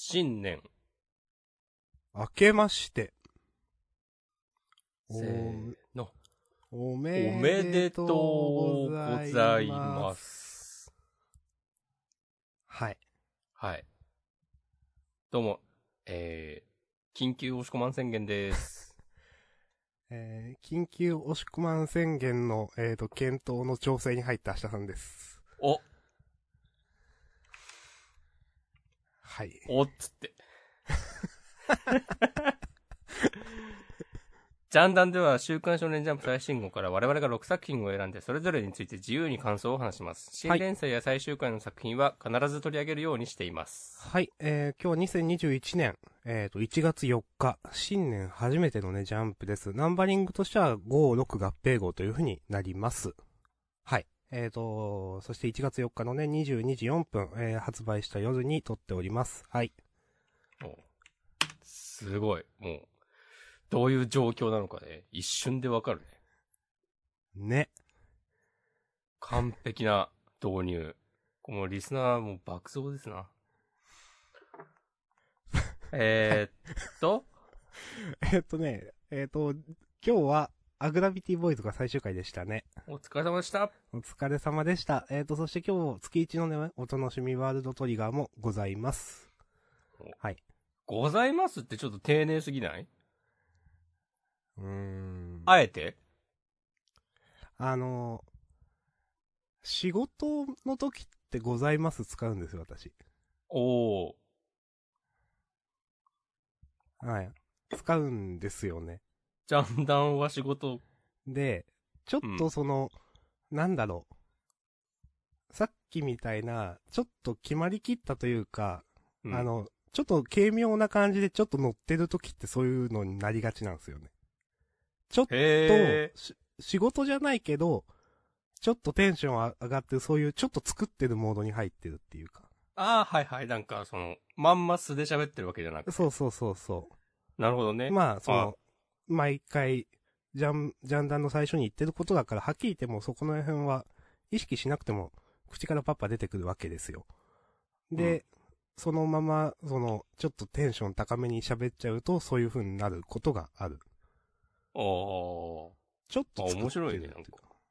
新年。 明けまして。 せーの。 おめでとうございます。 はい。 はい。どうも、緊急押し込まん宣言です。 緊急押し込まん宣言の、検討の調整に入った明日さんです。 おはい。 おっつって。ジャンダンでは週刊少年ジャンプ最新号から我々が6作品を選んでそれぞれについて自由に感想を話します。新連載や最終回の作品は必ず取り上げるようにしています。 はい。今日は2021年、1月4日、新年初めてのね、ジャンプです。ナンバリングとしては5、6合併号という風になります。はい。そして1月4日のね、22時4分、発売した夜に撮っております。はい。 すごい。もう、どういう状況なのかね、一瞬でわかるね。 ね。 完璧な導入。もうリスナーも爆走ですな。 今日は、アグラビティボーイズが最終回でしたね。 お疲れ様でした。 お疲れ様でした。そして今日、月1のね、お楽しみワールドトリガーもございます。はい。 ございますってちょっと丁寧すぎない？ あえて仕事の時ってございます使うんですよ、私。 おー。 はい。使うんですよね。 ジャンダンは仕事。 で、ちょっとなんだろう。さっきみたいな、ちょっと決まりきったというか、ちょっと軽妙な感じでちょっと乗ってる時ってそういうのになりがちなんですよね。ちょっと、仕事じゃないけど、ちょっとテンション上がってる、そういうちょっと作ってるモードに入ってるっていうか。 ああ、はいはい。なんかまんま素で喋ってるわけじゃなくて。 そう。 なるほどね。 まあ、毎回、ジャンダンの最初に言ってることだから、はっきり言ってもそこの辺は、意識しなくても、口からパッパ出てくるわけですよ。で、そのまま、ちょっとテンション高めに喋っちゃうと、そういう風になることがある。 ちょっと面白いね、なんか。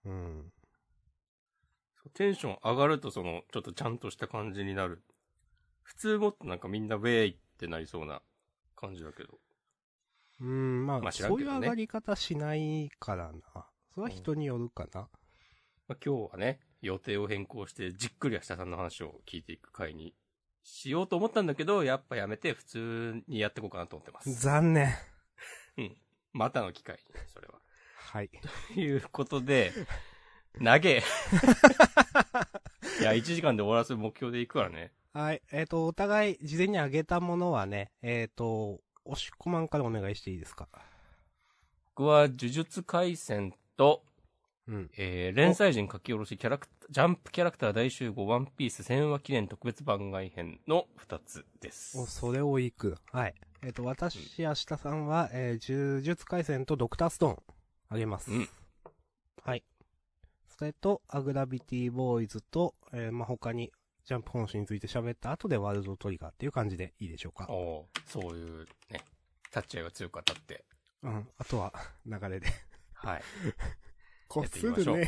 テンション上がるとちょっとちゃんとした感じになる。普通もっとなんかみんなウェイってなりそうな感じだけど。 まあ、そういう上がり方しないからな。それは人によるかな。 今日はね、予定を変更してじっくり明日さんの話を聞いていく回にしようと思ったんだけど、やっぱやめて普通にやっていこうかなと思ってます。 残念。 またの機会に、それは。 はい。 ということで、投げ。いや、1時間で終わらせる目標でいくからね。 はい。お互い、事前にあげたものはね、押し込まんからお願いしていいですか？ 僕は、呪術廻戦と、連載人書き下ろしジャンプキャラクター大集合ワンピース1000話記念特別番外編の2つです。 それをいく。はい。私、明日さんは、呪術廻戦とドクターストーン、あげます。はい。それと、アグラビティボーイズと、他に、ジャンプ本誌について喋った後でワールドトリガーっていう感じでいいでしょうか。 そういうね、立ち合いが強く当たって。 あとは、流れで。 はい。 こするね。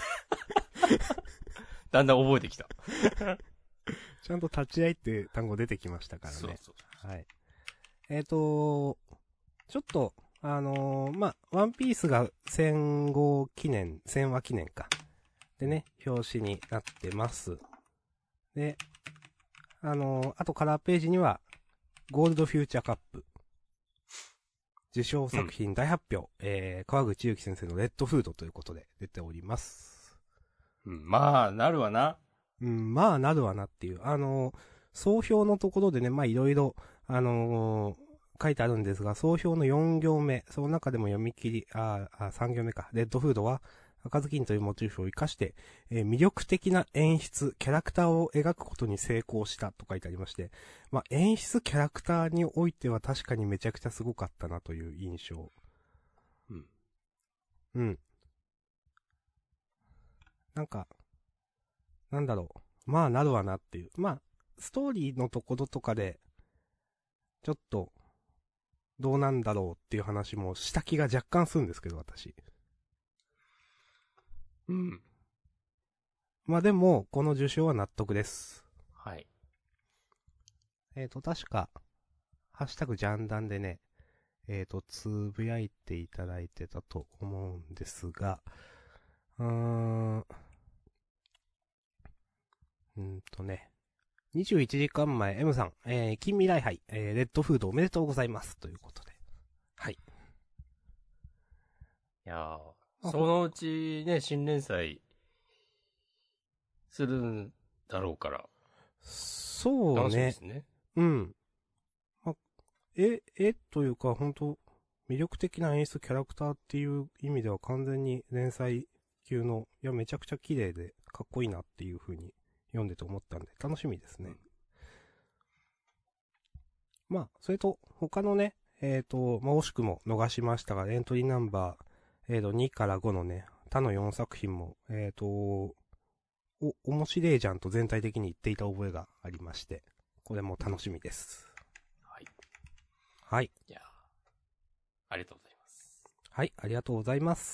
だんだん覚えてきた。 ちゃんと立ち合いって単語出てきましたからね。 そう。 はい。ちょっと、ワンピースが1000話記念か。でね、表紙になってます。で、あとカラーページには、ゴールドフューチャーカップ。受賞作品大発表、川口祐希先生のレッドフードということで出ております。 まあ、なるわな。 まあ、なるわなっていう。総評のところでね、いろいろ、書いてあるんですが、総評の4行目、その中でも読み切り、3行目か。レッドフードは、赤ずきんというモチーフを活かして、魅力的な演出、キャラクターを描くことに成功したと書いてありまして、演出キャラクターにおいては確かにめちゃくちゃすごかったなという印象。なんか、なんだろう。なるわなっていう。ストーリーのところとかで、 ちょっと、どうなんだろうっていう話もした気が若干するんですけど、私。 うん。 まあでも、この受賞は納得です。 はい。 確か、ハッシュタグジャンダンでね、つぶやいていただいてたと思うんですが、ね、21時間前、M さん、近未来杯、レッドフードおめでとうございます。ということで。はい。 いやー、そのうちね、新連載するんだろうから、楽しみでそうね。 すね。 うん。ま、というか、本当魅力的な演出、キャラクターっていう意味では完全に連載級の、いや、めちゃくちゃ綺麗でかっこいいなっていう風に読んでて思ったんで、楽しみですね。まあ、それと、他のね、まあ、惜しくも逃しましたが、エントリーナンバー、2から5のね、他の4作品も、面白いじゃんと全体的に言っていた覚えがありまして、これも楽しみです。 はい。 はい。 いやー、ありがとうございます。 はい、ありがとうございます。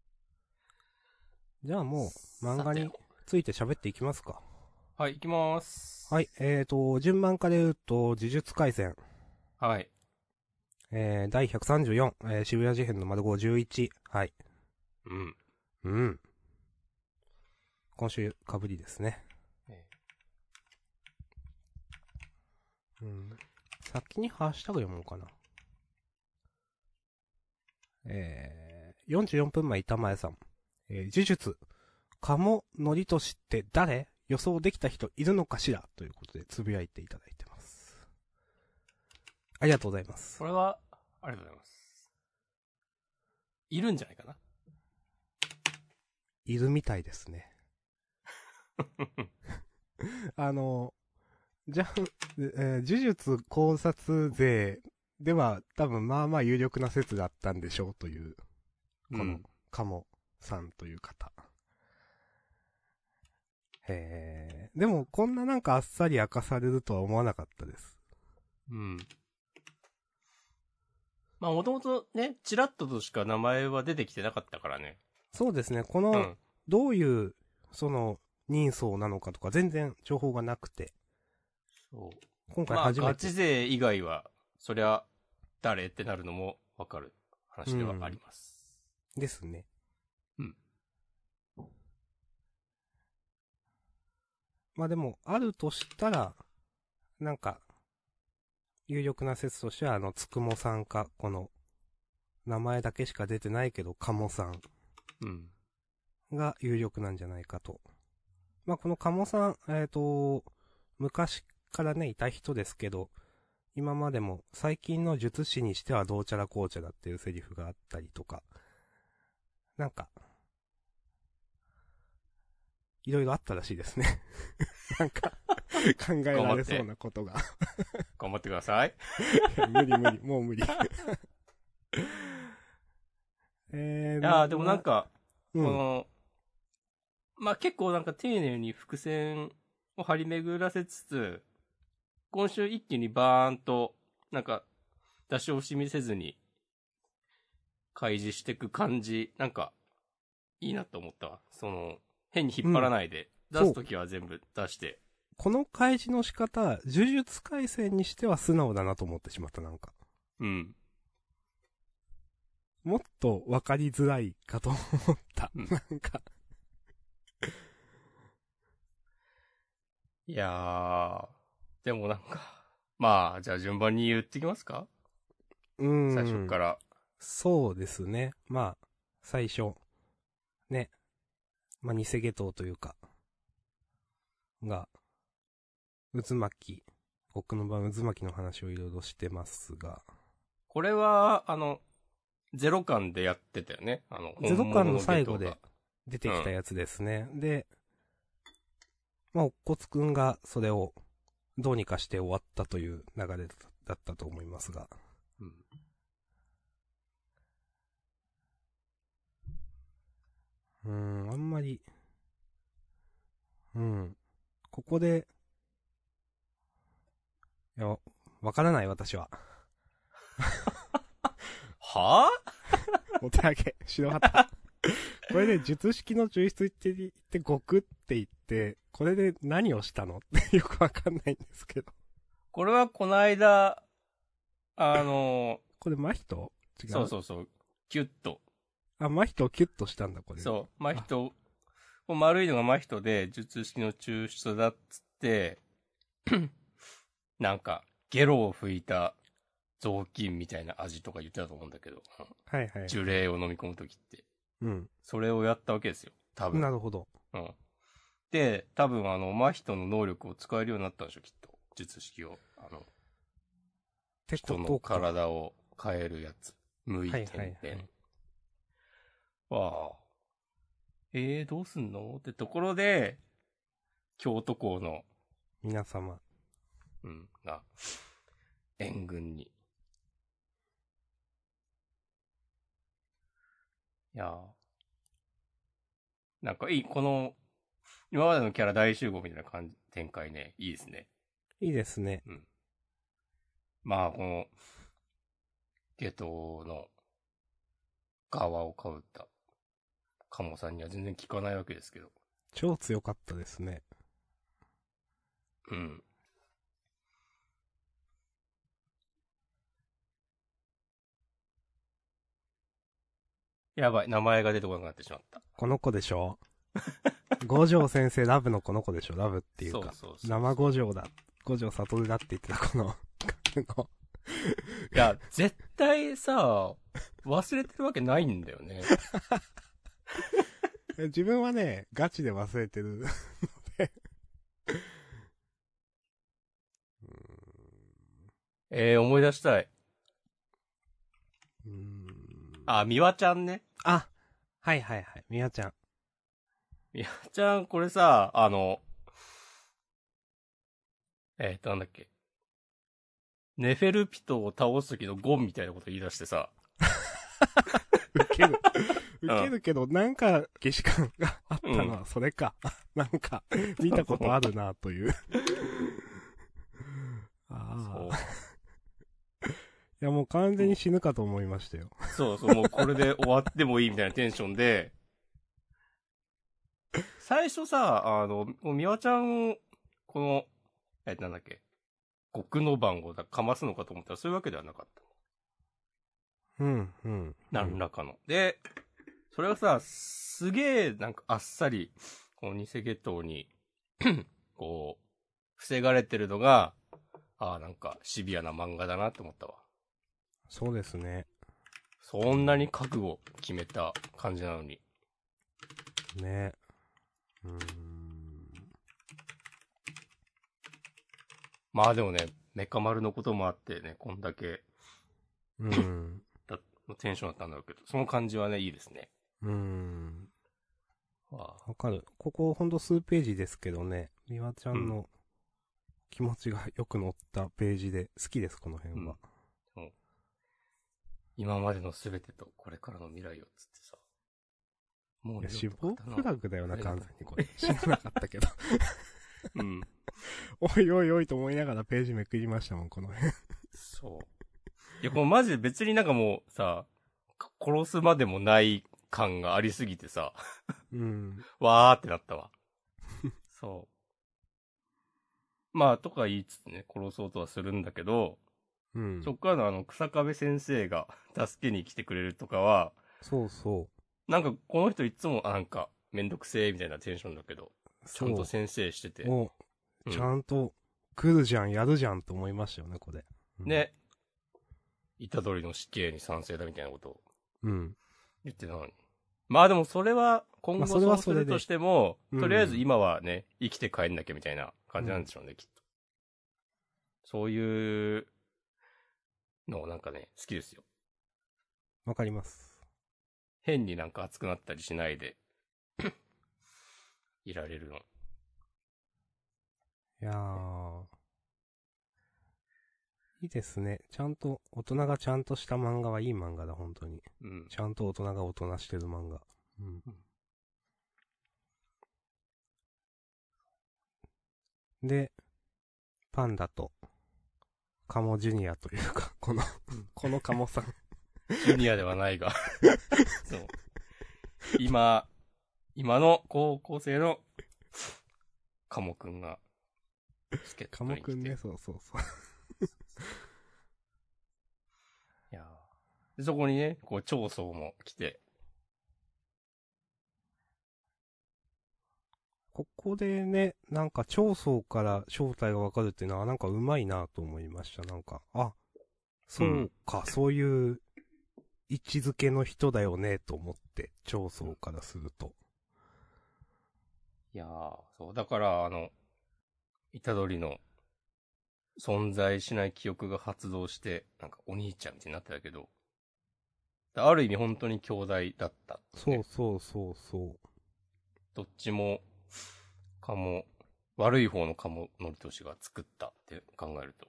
じゃあもう、漫画について喋っていきますか。 はい、行きまーす。 はい、順番から言うと、呪術廻戦。 はい。 第134、渋谷事変の丸511。はい。 うん。 うん。今週、かぶりですね。うん。先にハッシュタグ読もうかな。44分前、板前さん。呪術、鴨のりとしって誰予想できた人いるのかしらということで、つぶやいていただいてます。ありがとうございます。 これは、ありがとうございます。いるんじゃないかな。 いるみたいですね。じゃ、呪術考察勢では多分まあまあ有力な説だったんでしょうという、この、鴨さんという方。でもこんななんかあっさり明かされるとは思わなかったです。 うん。まあもともとね、チラッととしか名前は出てきてなかったからね。 そうですね、この、どういう、その、人相なのかとか全然情報がなくて。 そう。 今回初めて。 まあガチ勢以外は、そりゃ、誰ってなるのもわかる話ではあります。 ですね。 うん。 まあでも、あるとしたら、なんか、有力な説としては、つくもさんか、この、名前だけしか出てないけど、かもさん。 うん。 が有力なんじゃないかと。まあ、このかもさん、昔からね、いた人ですけど、今までも最近の術師にしてはどうちゃらこうちゃらっていうセリフがあったりとか、なんか、いろいろあったらしいですね。なんか、考えられそうなことが。 頑張ってください。 無理無理、もう無理。 いやーでもなんか、 うん、 この、まあ結構なんか丁寧に伏線を張り巡らせつつ、今週一気にバーンと、なんか、出し惜しみせずに、開示していく感じ、なんか、いいなと思ったわ。その、変に引っ張らないで、出すときは全部出して。 この開示の仕方、呪術廻戦にしては素直だなと思ってしまった、なんか。 うん。 もっと分かりづらいかと思った。 うん、 なんか。 いやー、でもなんか、まあ、じゃあ順番に言ってきますか？最初から。 そうですね。まあ、最初。ね。まあ、偽下等というか。が、渦巻き。僕の場合、渦巻きの話をいろいろしてますが。 これは、ゼロ感でやってたよね。 ゼロ感の最後で出てきたやつですね。で、まあ、おっこつくんがそれをどうにかして終わったという流れだったと思いますが。あんまり、ここで、いや、 わからない私は。 はお手上げ、白旗。これで術式の抽出って言って、極って言って、これで何をしたのってよくわかんないんですけど。 これはこの間、 これ真人違う。 そうそうそう、キュッと。 あ、真人をキュッとしたんだ、これ。 そう、真人、丸いのが真人で、術式の抽出だっつって、なんか、ゲロを吹いた雑巾みたいな味とか言ってたと思うんだけど、 はいはい。 樹齢を飲み込むときって。 うん。 それをやったわけですよ。多分。 なるほど。 うん。で、多分真人の能力を使えるようになったんでしょ、きっと。術式を。人の体を変えるやつ。向いてんで。 はいはいはい。 わあ。どうすんのってところで、京都校の、 皆様。 が、援軍に。いやーなんかいい、この、今までのキャラ大集合みたいな展開ね、いいですね。 いいですね。 まあ、この、ゲトの側をかぶった鴨さんには全然効かないわけですけど。 超強かったですね。 うん。やばい、名前が出てこなくなってしまった。 この子でしょ五条先生ラブのこの子でしょラブっていうか。 そう。 生五条だ。五条悟だって言ってたこのいや、絶対さ、忘れてるわけないんだよね。 自分はね、ガチで忘れてるので。思い出したい。あ、みわちゃんね。 あ、はいはいはい。みわちゃん。 みわちゃん、これさ、なんだっけ。ネフェルピトを倒す時のゴンみたいなこと言い出してさ。 ウケる。ウケるけど、なんか、儀式感があったのは、それか。なんか、見たことあるな、という。ああ。いや、もう完全に死ぬかと思いましたよ。 そう、もうこれで終わってもいいみたいなテンションで、最初さ、みわちゃん、この、なんだっけ、極の番号かますのかと思ったらそういうわけではなかった。何らかの。で、それがさ、すげえ、なんかあっさり、この偽下等に、こう、防がれてるのが、なんかシビアな漫画だなって思ったわ。 そうですね。 そんなに覚悟決めた感じなのに。 ね。 まあでもね、メカ丸のこともあってね、こんだけ、テンションだったんだろうけど、その感じはね、いいですね。 わかる。ここほんと数ページですけどね、みわちゃんの気持ちがよく載ったページで好きです、この辺は。 今までの全てとこれからの未来をつってさ。 もう死亡フラグだよな、完全にこれ。知らなかったけど。おいおいおいと思いながらページめくりましたもん、この辺。 そう。いや、このマジで別になんかもうさ、殺すまでもない感がありすぎてさ。わーってなったわ。そう。まあ、とか言いつつね、殺そうとはするんだけど、そっからの草壁先生が助けに来てくれるとかは、 そうそう。 なんかこの人いつもなんかめんどくせえみたいなテンションだけど、ちゃんと先生してて。 ちゃんと来るじゃん、やるじゃんと思いましたよね、これ。 ね。虎杖の死刑に賛成だみたいなことを。言ってたのに。まあでもそれは今後そうするとしても、とりあえず今はね、生きて帰んなきゃみたいな感じなんでしょうね、きっと。そういうのなんかね、好きですよ。 わかります。 変になんか熱くなったりしないで、いられるの。 いやー。いいですね。ちゃんと、大人がちゃんとした漫画はいい漫画だ、本当に。ちゃんと大人が大人してる漫画。で、パンダと、 カモジュニアというか、このカモさん。 ジュニアではないが。そう。今の高校生のカモくんが、助っ人に来て。 カモくんね、そう。 いやーでそこにね、こう、長宗も来て。 ここでね、なんか長宗から正体がわかるっていうのはなんかうまいなと思いました。なんか、そうか、そういう位置づけの人だよね、と思って、長宗からすると。 いやー、そう。だから、虎杖の存在しない記憶が発動して、なんかお兄ちゃんみたいになってたけど、ある意味本当に兄弟だったってね、 そう。 どっちも、悪い方の鴨のりとしが作ったって考えると。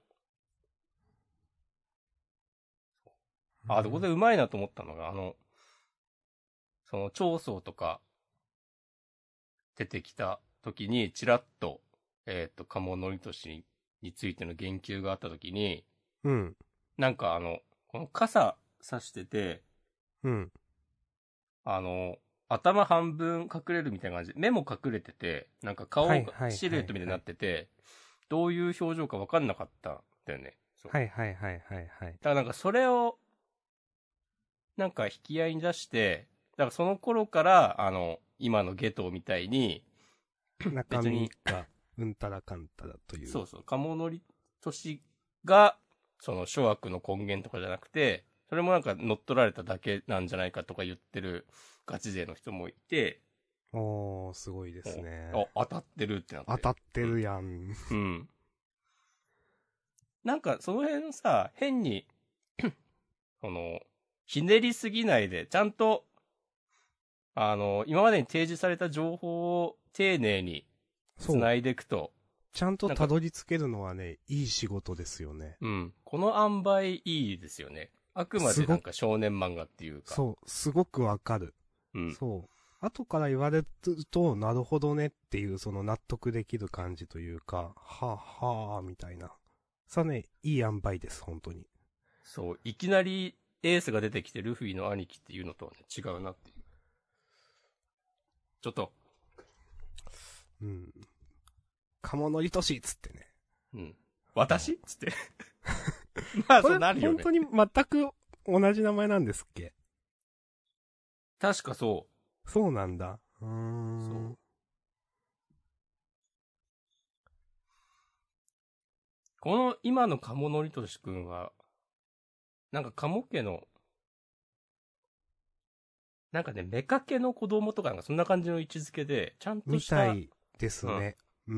で、ここでうまいなと思ったのが、その長宗とか出てきた時に、ちらっと、鴨のりとしについての言及があった時に、 うん。 なんかこの傘差してて、 うん。 頭半分隠れるみたいな感じで、目も隠れてて、なんか顔はいがシルエットみたいになってて、どういう表情か分かんなかったんだよね。そうはい。だからなんかそれを、なんか引き合いに出して、だからその頃から、今のゲトみたいに、 中身がうんたらかんたらという。 そう、鴨のりとしが、その諸悪の根源とかじゃなくて、それもなんか乗っ取られただけなんじゃないかとか言ってるガチ勢の人もいて、 すごいですね。 当たってるってなって。 当たってるやん。 うん。なんかその辺さ、変に、ひねりすぎないで、ちゃんと、今までに提示された情報を丁寧に繋いでいくと。 ちゃんとたどり着けるのはね、いい仕事ですよね。 うん。この塩梅いいですよね。あくまでなんか少年漫画っていうか。 そう、すごくわかる。 うん。 そう。後から言われると、なるほどねっていう、その納得できる感じというか、はぁ、みたいな。さあね、いい塩梅です、本当に。 そう、いきなりエースが出てきてルフィの兄貴っていうのとはね、違うなっていう。ちょっと。 うん。鴨のりとしっつってね。 うん。私っつって。まあ、そうなるよね。 本当に全く同じ名前なんですっけ？ 確かそう。 そうなんだ。そう。 この今の鴨のりとしくんは、なんか鴨家の、なんかね、妾の子供とかなんかそんな感じの位置づけで、ちゃんとした。 みたいですね。うん。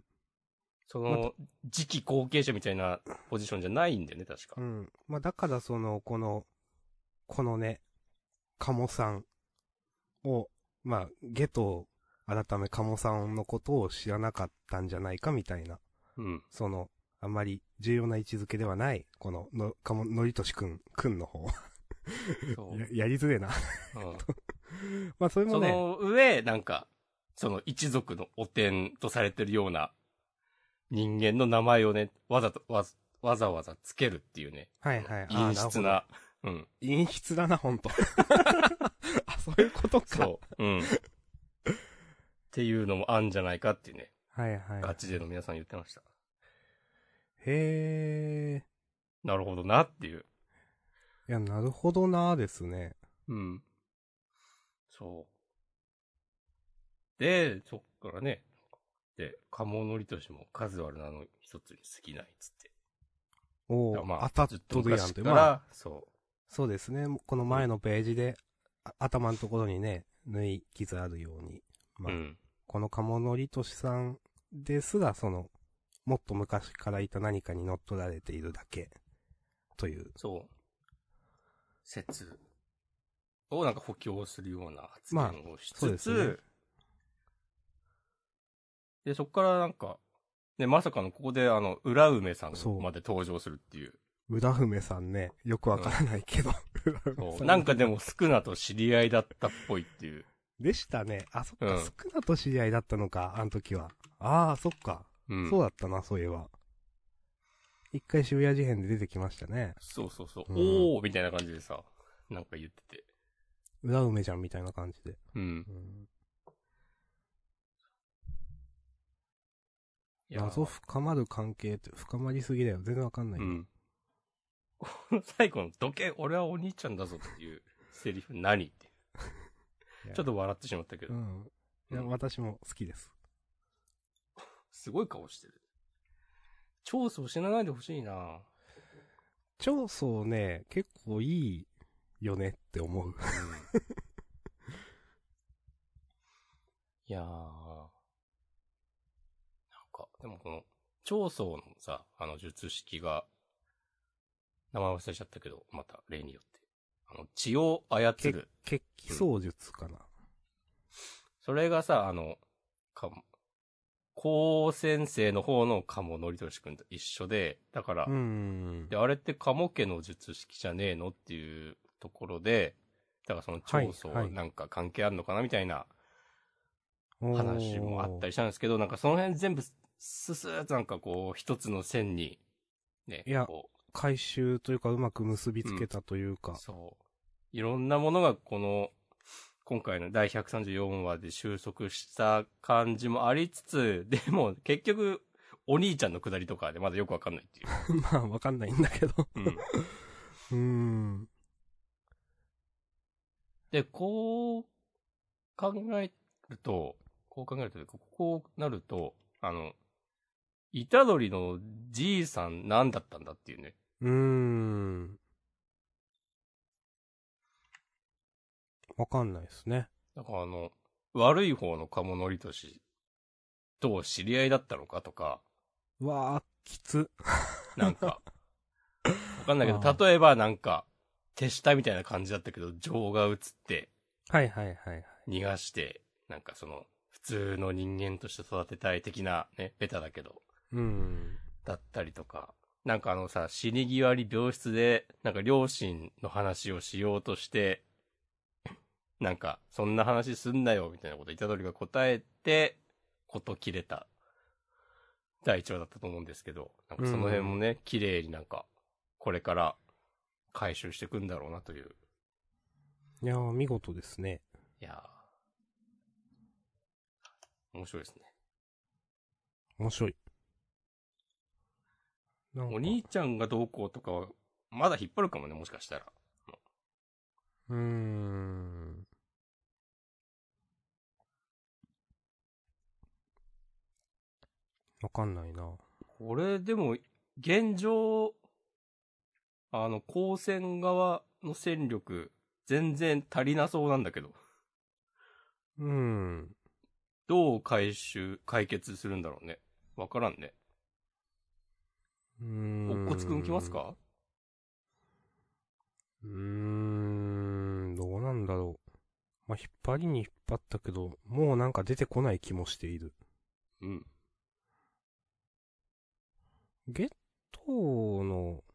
その、次期後継者みたいなポジションじゃないんだよね、確か。 うん。まあ、だからこのね、鴨さんを、まあ、ゲト改め鴨さんのことを知らなかったんじゃないかみたいな。 うん。 あまり重要な位置づけではない、のりとしくんの方。やりづれえな。うん。まあ、それもね。 その上、なんか、その一族の汚点とされてるような人間の名前をね、わざわざつけるっていうね。 はい。 陰湿な。うん。 陰湿だな、ほんと。そういうことか。 そう。うん。っていうのもあんじゃないかっていうね。 はい。 ガチ勢の皆さん言ってました。 へー。 なるほどなっていう。 いや、なるほどなーですね。 うん。そう。で、そっからね。で、鴨のりとしも数ある名の一つに過ぎないっつって。 まあ、当たっとるやんって。そうですね。この前のページで、頭のところにね、縫い傷あるように。まあ、この鴨のりとしさんですら、もっと昔からいた何かに乗っ取られているだけ。という。 そう。説をなんか補強するような発言をしつつ、で、そっからなんか、ね、まさかのここで浦梅さんまで登場するっていう。 浦梅さんね、よくわからないけど。 なんかでもスクナと知り合いだったっぽいっていう。 でしたね。あ、そっか、スクナと知り合いだったのか、あの時は。そっか。そうだったな、そういえば。 一回渋谷事変で出てきましたね。 そうそうそう。 うんおーみたいな感じでさ、なんか言ってて。 裏梅じゃんみたいな感じで。 うん。 うんいやー謎深まる関係って深まりすぎだよ。全然わかんないよ。 うん。この最後の、どけ、俺はお兄ちゃんだぞっていうセリフ何って。 いやちょっと笑ってしまったけど。 うん。いや、 うん私も好きです。 すごい顔してる。長宗死なないでほしいな。 長宗ね、結構いいよねって思う。 いやー。なんか、でもこの、長宗のさ、術式が、名前忘れちゃったけど、また例によって。血を操る。 血気相術かな。 それがさ、高先生の方の鴨のりとしくんと一緒で、だから、で、あれって鴨家の術式じゃねえのっていうところで、だからその長宗なんか関係あるのかなみたいな話もあったりしたんですけど、なんかその辺全部ススーッとなんかこう一つの線に、ね、 いやこ回収というかうまく結びつけたというか。 そう。いろんなものがこの、今回の第134話で収束した感じもありつつ、でも結局、お兄ちゃんのくだりとかでまだよくわかんないっていう。 まあわかんないんだけど。 うん。 うーん。 で、こう考えると、こうなると、虎杖のじいさん何だったんだっていうね。 わかんないですね。 だから悪い方の鴨のりとしと知り合いだったのかとか、 うわー、きつ。 なんか、わかんないけど、例えばなんか、手下みたいな感じだったけど、情が移って、 はいはいはい。 逃がして、なんか普通の人間として育てたい的な、ね、ベタだけど、だったりとか、なんかさ、死に際に病室で、なんか両親の話をしようとして、なんか、そんな話すんなよ、みたいなこと、虎杖が答えて、こと切れた、第一話だったと思うんですけど、なんかその辺もね、綺麗になんか、これから回収していくんだろうなという。 いやー、見事ですね。 いやー、面白いですね。 面白い。 お兄ちゃんがどうこうとかは、まだ引っ張るかもね、もしかしたら。 わかんないな。 これ、でも、現状、高専側の戦力、全然足りなそうなんだけど。どう解決するんだろうね。わからんね。おっこつくん来ますか？ どうなんだろう。まあ、引っ張りに引っ張ったけど、もうなんか出てこない気もしている。 うん。 ゲトの、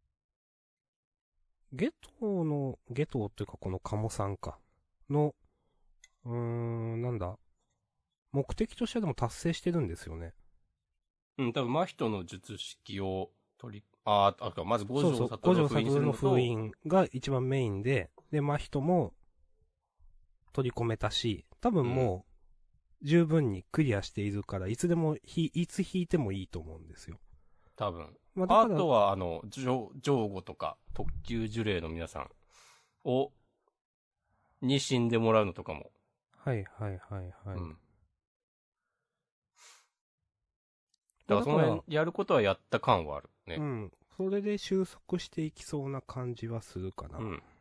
ゲトっていうかこのカモさんか。の、なんだ。目的としてはでも達成してるんですよね。 うん、多分、真人の術式をあとまず五条悟五条を封印す悟のるのと、 封印が一番メインで、で、真人も取り込めたし、多分もう十分にクリアしているから、いつでもいつ引いてもいいと思うんですよ。 多分。 まあ、 あとは、上語とか、特級呪霊の皆さんに死んでもらうのとかも。 はいはいはいはい。うん。 だからその辺やることはやった感はあるね。 うん。それで収束していきそうな感じはするかな。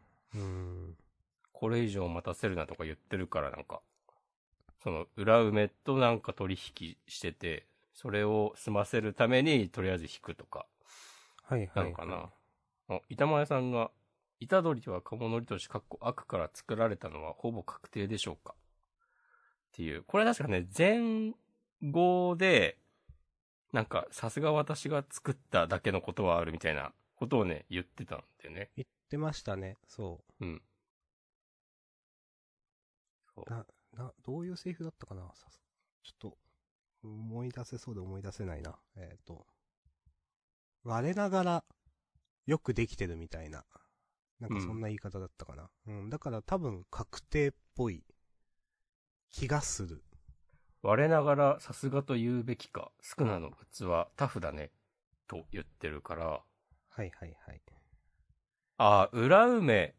これ以上待たせるなとか言ってるからなんか、裏梅となんか取引してて、それを済ませるためにとりあえず引くとか。 はいはい、 なのかな。板前さんが、虎杖は鴨のりとし悪から作られたのはほぼ確定でしょうかっていう。これ確かね、前後で、なんか、さすが私が作っただけのことはあるみたいなことをね、言ってたんだよね。 言ってましたね、そう。そう。どういうセリフだったかな、ちょっと、思い出せそうで思い出せないな。 我ながら、よくできてるみたいな。なんかそんな言い方だったかな。だから多分確定っぽい気がする。 我ながらさすがと言うべきか、スクナの器タフだね、と言ってるから。 はいはいはい。 裏梅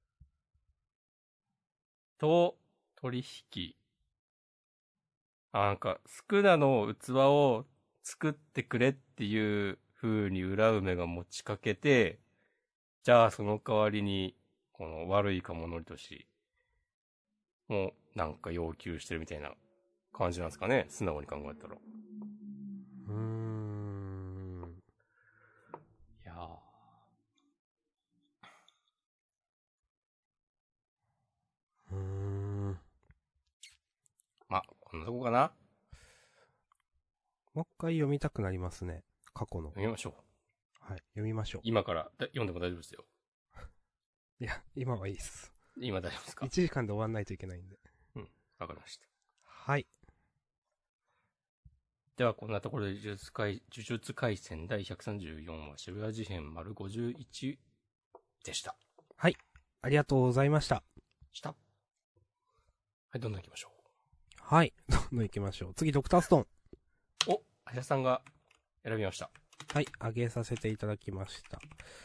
と取引。なんか、スクナの器を作ってくれっていう風に裏梅が持ちかけて、じゃあその代わりに、この悪いかものりとし、もなんか要求してるみたいな感じなんですかね、素直に考えたら。いやまあ、こんなとこかな。 もう一回読みたくなりますね。過去の。 読みましょう。 はい、読みましょう。 今から読んでも大丈夫ですよ。 いや、今はいいっす。 今大丈夫ですか？ 1時間で終わんないといけないんで。 わかりました。 はい。 では、こんなところで呪術廻戦第134話渋谷事変丸51でした。 はい。ありがとうございました。 はい、どんどん行きましょう。 はい。どんどん行きましょう。次、ドクターストーン。 あやさんが選びました。 はい、あげさせていただきました。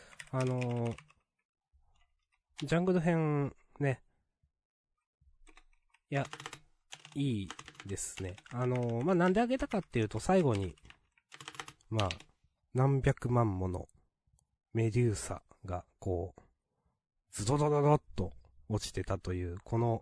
ジャングル編、ね。いや、いいですね。なんであげたかっていうと、最後に、何百万ものメデューサが、こう、ズドドドドッと落ちてたという、この、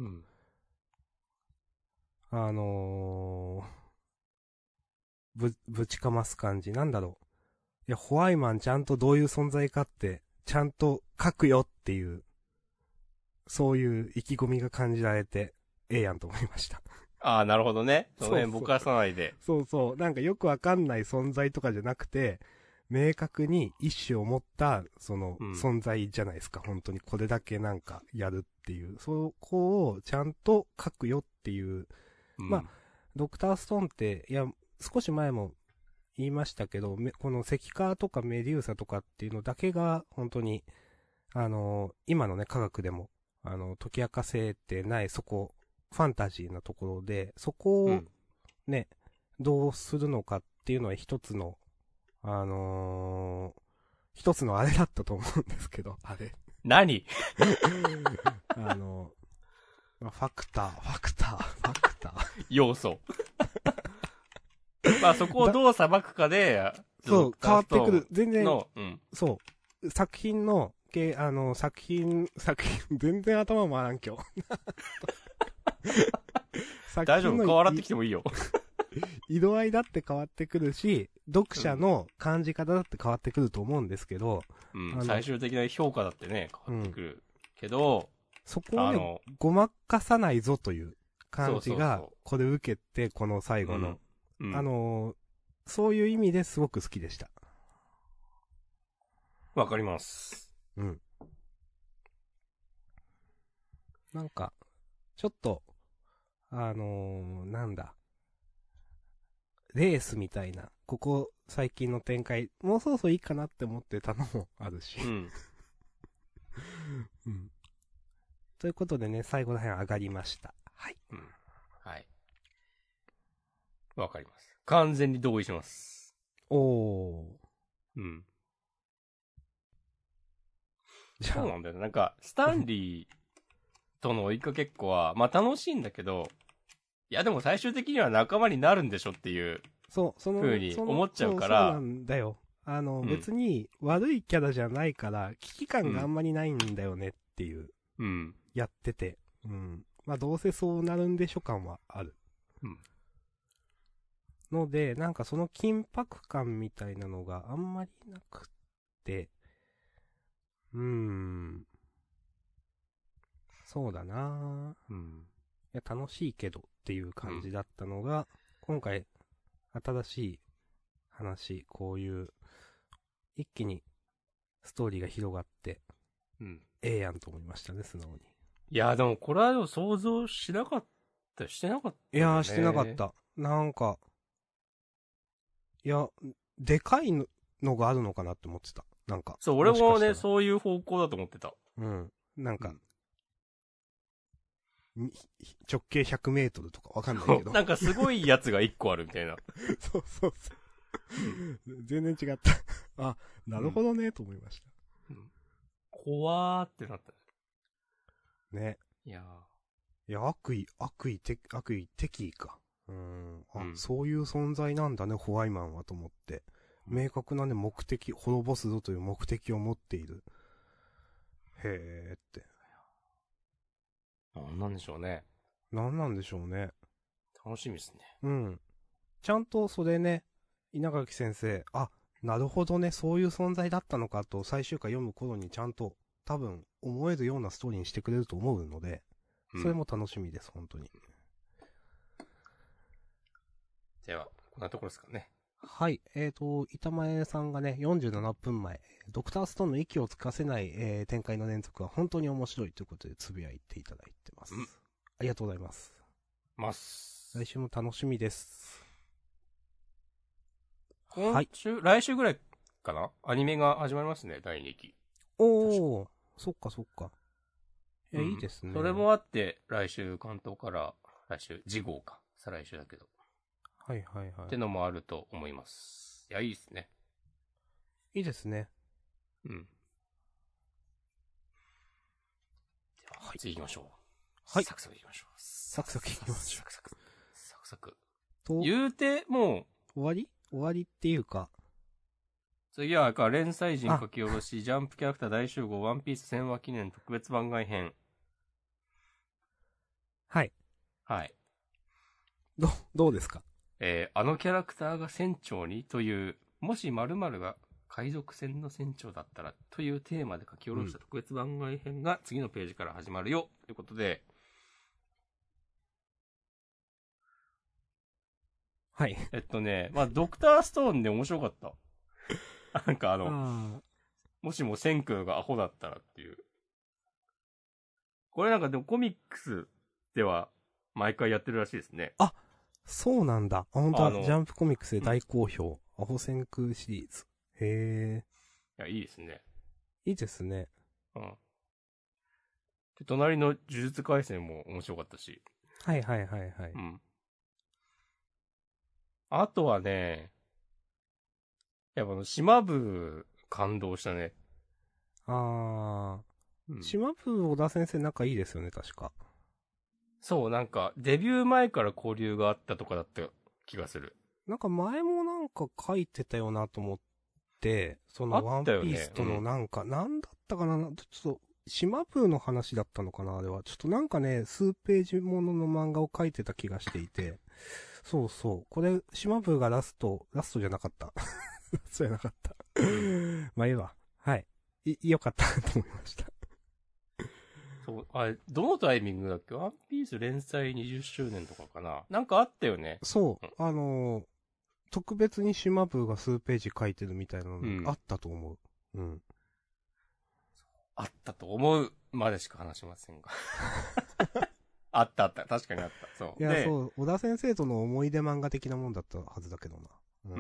ぶちかます感じ。なんだろう。いや、ホワイマンちゃんとどういう存在かって、ちゃんと書くよっていう、そういう意気込みが感じられて、ええやんと思いました。 なるほどね。その辺ぼかさないで。 そうそう。なんかよくわかんない存在とかじゃなくて、明確に意思を持った、存在じゃないですか。本当にこれだけなんかやるっていう。そこをちゃんと書くよっていう。ドクターストーンって、いや、少し前も言いましたけど、この石化とかメデューサとかっていうのだけが、本当に、今のね、科学でも、解き明かせてない、ファンタジーなところで、そこを、ね、どうするのかっていうのは一つの、一つのあれだったと思うんですけど、あれ。 何ファクター。 要素。そこをどう裁くかで、 そう、変わってくる。全然、 そう。 作品の、作品、全然頭回らん今日。 大丈夫、変わらってきてもいいよ。 色合いだって変わってくるし、読者の感じ方だって変わってくると思うんですけど、 最終的な評価だってね、変わってくる。けど、 そこをね、ごまかさないぞという感じが、これ受けて、この最後の、そういう意味ですごく好きでした。 わかります。 なんか、ちょっと、なんだ。レースみたいな、ここ最近の展開、もうそろそろいいかなって思ってたのもあるし。ということでね、最後ら辺上がりました。はい。 はい。わかります。完全に同意します。そうなんだよね。なんか、スタンリーとの追いかけっこは、楽しいんだけど、いやでも最終的には仲間になるんでしょっていう、風に思っちゃうから。 そうなんだよ。別に悪いキャラじゃないから、危機感があんまりないんだよねっていう。やってて。どうせそうなるんでしょ感はある。ので、なんかその緊迫感みたいなのがあんまりなくて、そうだなぁ。いや、楽しいけどっていう感じだったのが、今回、新しい話、こういう、一気にストーリーが広がって、ええやんと思いましたね、素直に。 いや、でもこれは想像しなかった、してなかった、ね。 いや、してなかった。なんか、いや、でかいの、 のがあるのかなって思ってた。なんか。 そう、俺もね、 う。 そういう方向だと思ってた。 うん。なんか、 うんに直径100メートルとかわかんないけど。 なんかすごいやつが1個あるみたいな。 そうそうそう。全然違った。あ、なるほどね、と思いまし怖ーってなった。 た。ね。 いやいや、悪意敵意か。あ、 うんそういう存在なんだね、ホワイマンはと思って。明確なね、目的、滅ぼすぞという目的を持っている。へーって。 なんでしょうね。 なんなんでしょうね。 楽しみですね。 うん。ちゃんとそれね、稲垣先生、あ、なるほどね、そういう存在だったのかと最終回読む頃にちゃんと多分思えるようなストーリーにしてくれると思うので、 うんそれも楽しみです、本当に。 では、こんなところですかね。 はい、板前さんがね、47分前、ドクターストーンの息をつかせない、展開の連続は本当に面白いということでつぶやいていただいてます。 うんありがとうございます。来週も楽しみです。 今週、来週ぐらいかなアニメが始まりますね、第2期。 おー、そっかそっか。いいですね。 それもあって、来週関東から、来週、次号か。再来週だけど。 はいはいはい。 ってのもあると思います。いや、いいですね。 いいですね。 うん。では、次行きましょう。 はい。 サクサク行きましょう。 サクサク行きましょう。 サクサク。サクサク。 と、 言うて、もう、 終わりっていうか。 次は、連載人書き下ろし、ジャンプキャラクター大集合、ワンピース戦話記念特別番外編。 はい。 はい。 どうですか？ あのキャラクターが船長にという、もし〇〇が海賊船の船長だったらというテーマで書き下ろした特別番外編が次のページから始まるよ、ということで。 はい。 ドクターストーンで面白かった。なんかもしも千空がアホだったらっていう。これなんかでもコミックスでは毎回やってるらしいですね。 あ、そうなんだ。本当だ。ジャンプコミックスで大好評。アホ千空シリーズ。へいや、いいですね。 いいですね。 うん。で、隣の呪術廻戦も面白かったし。 はいはいはいはい。 うん。あとはね、やっぱ島部感動したね。 島部小田先生仲いいですよね、確か。 そう、なんか、デビュー前から交流があったとかだった気がする。 なんか前もなんか書いてたよなと思って、そのワンピースとのなんか、なんだったかな、ちょっと、島部の話だったのかな、あれは。ちょっとなんかね、数ページものの漫画を書いてた気がしていて、そうそう。これ、島部がラストじゃなかった。ラストじゃなかった。まあいいわ。はい。よかったと思いました。 そう、どのタイミングだっけ？ワンピース連載20周年とかかな？なんかあったよね。 そう。特別に島部が数ページ書いてるみたいなのあったと思う。うん。 あったと思うまでしか話しませんが。あった。確かにあった。そう。 いや、そう。小田先生との思い出漫画的なもんだったはずだけどな。 うん。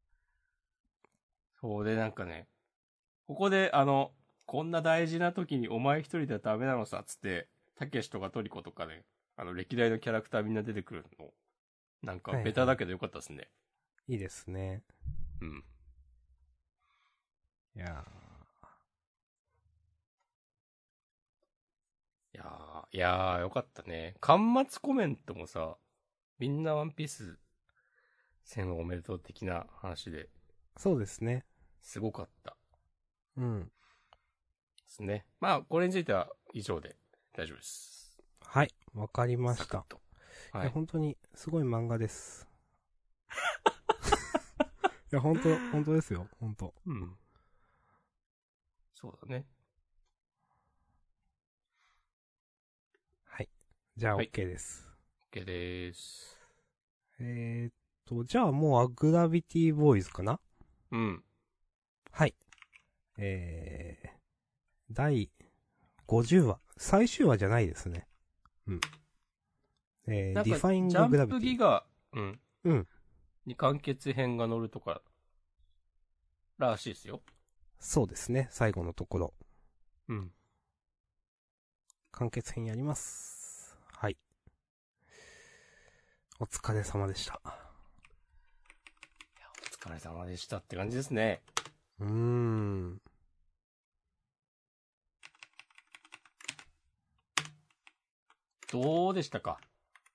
そうで、なんかね、ここで、こんな大事な時にお前一人ではダメなのさ、つって、たけしとかトリコとかね、歴代のキャラクターみんな出てくるの。なんか、ベタだけどよかったですね。はいはい、 いいですね。 うん。いやー、よかったね。端末コメントもさ、みんなワンピース戦おめでとう的な話で。 そうですね。 すごかった。 うん。 ですね。まあ、これについては以上で大丈夫です。 はい、わかりました。 はい。 いや、本当に、すごい漫画です。いや、本当ですよ、本当。 うん。そうだね。 はい。じゃあ、OK です。 OK です。 じゃあもうグラビティボーイズかな？ うん。 はい。第50話。最終話じゃないですね。うん。ディファインググラビティ。 ジャンプギガ、うん。 うん。 に完結編が載るとか、 らしいですよ。 そうですね、最後のところ。 うん。 完結編やります。はい。お疲れ様でした。 お疲れ様でしたって感じですね。どうでしたか？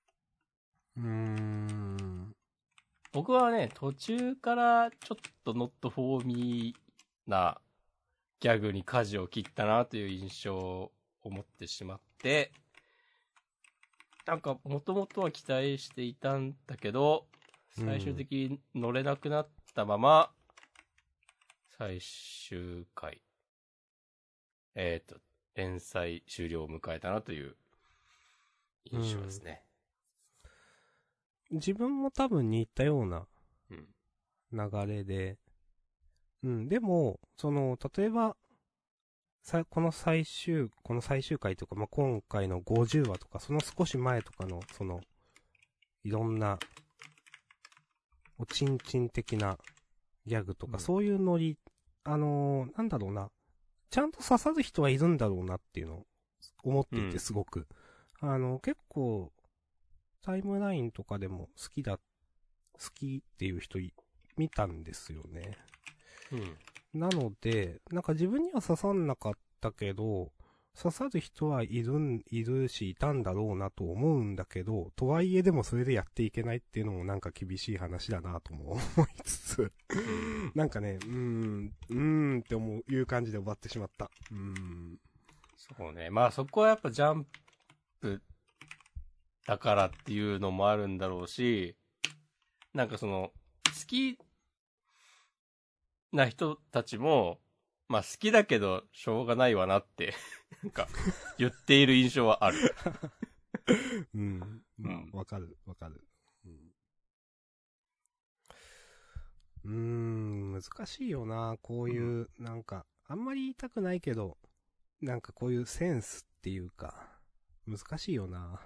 僕はね、途中からちょっと not for me なギャグに舵を切ったなという印象を持ってしまって、なんか元々は期待していたんだけど、最終的に乗れなくなったまま、最終回、連載終了を迎えたなという印象ですね。 自分も多分似たようなうん。 流れで、でも、例えば、この最終回とか、まあ、今回の50話とか、その少し前とかの、いろんな、おちんちん的なギャグとか、そういうノリ、なんだろうな、ちゃんと刺さる人はいるんだろうなっていうのを思っていて、すごく。結構、タイムラインとかでも好きっていう人見たんですよね。なので、なんか自分には刺さんなかったけど、刺さる人はいるし、いたんだろうなと思うんだけど、とはいえでもそれでやっていけないっていうのもなんか厳しい話だなとも思いつつ、なんかね、っていう感じで終わってしまった。 そうね。まあそこはやっぱジャンプだからっていうのもあるんだろうし、なんか好きな人たちも、まあ好きだけどしょうがないわなってなんか言っている印象はある。 まあ、わかる。難しいよな、こういう、なんか、あんまり言いたくないけど、なんかこういうセンスっていうか、難しいよな。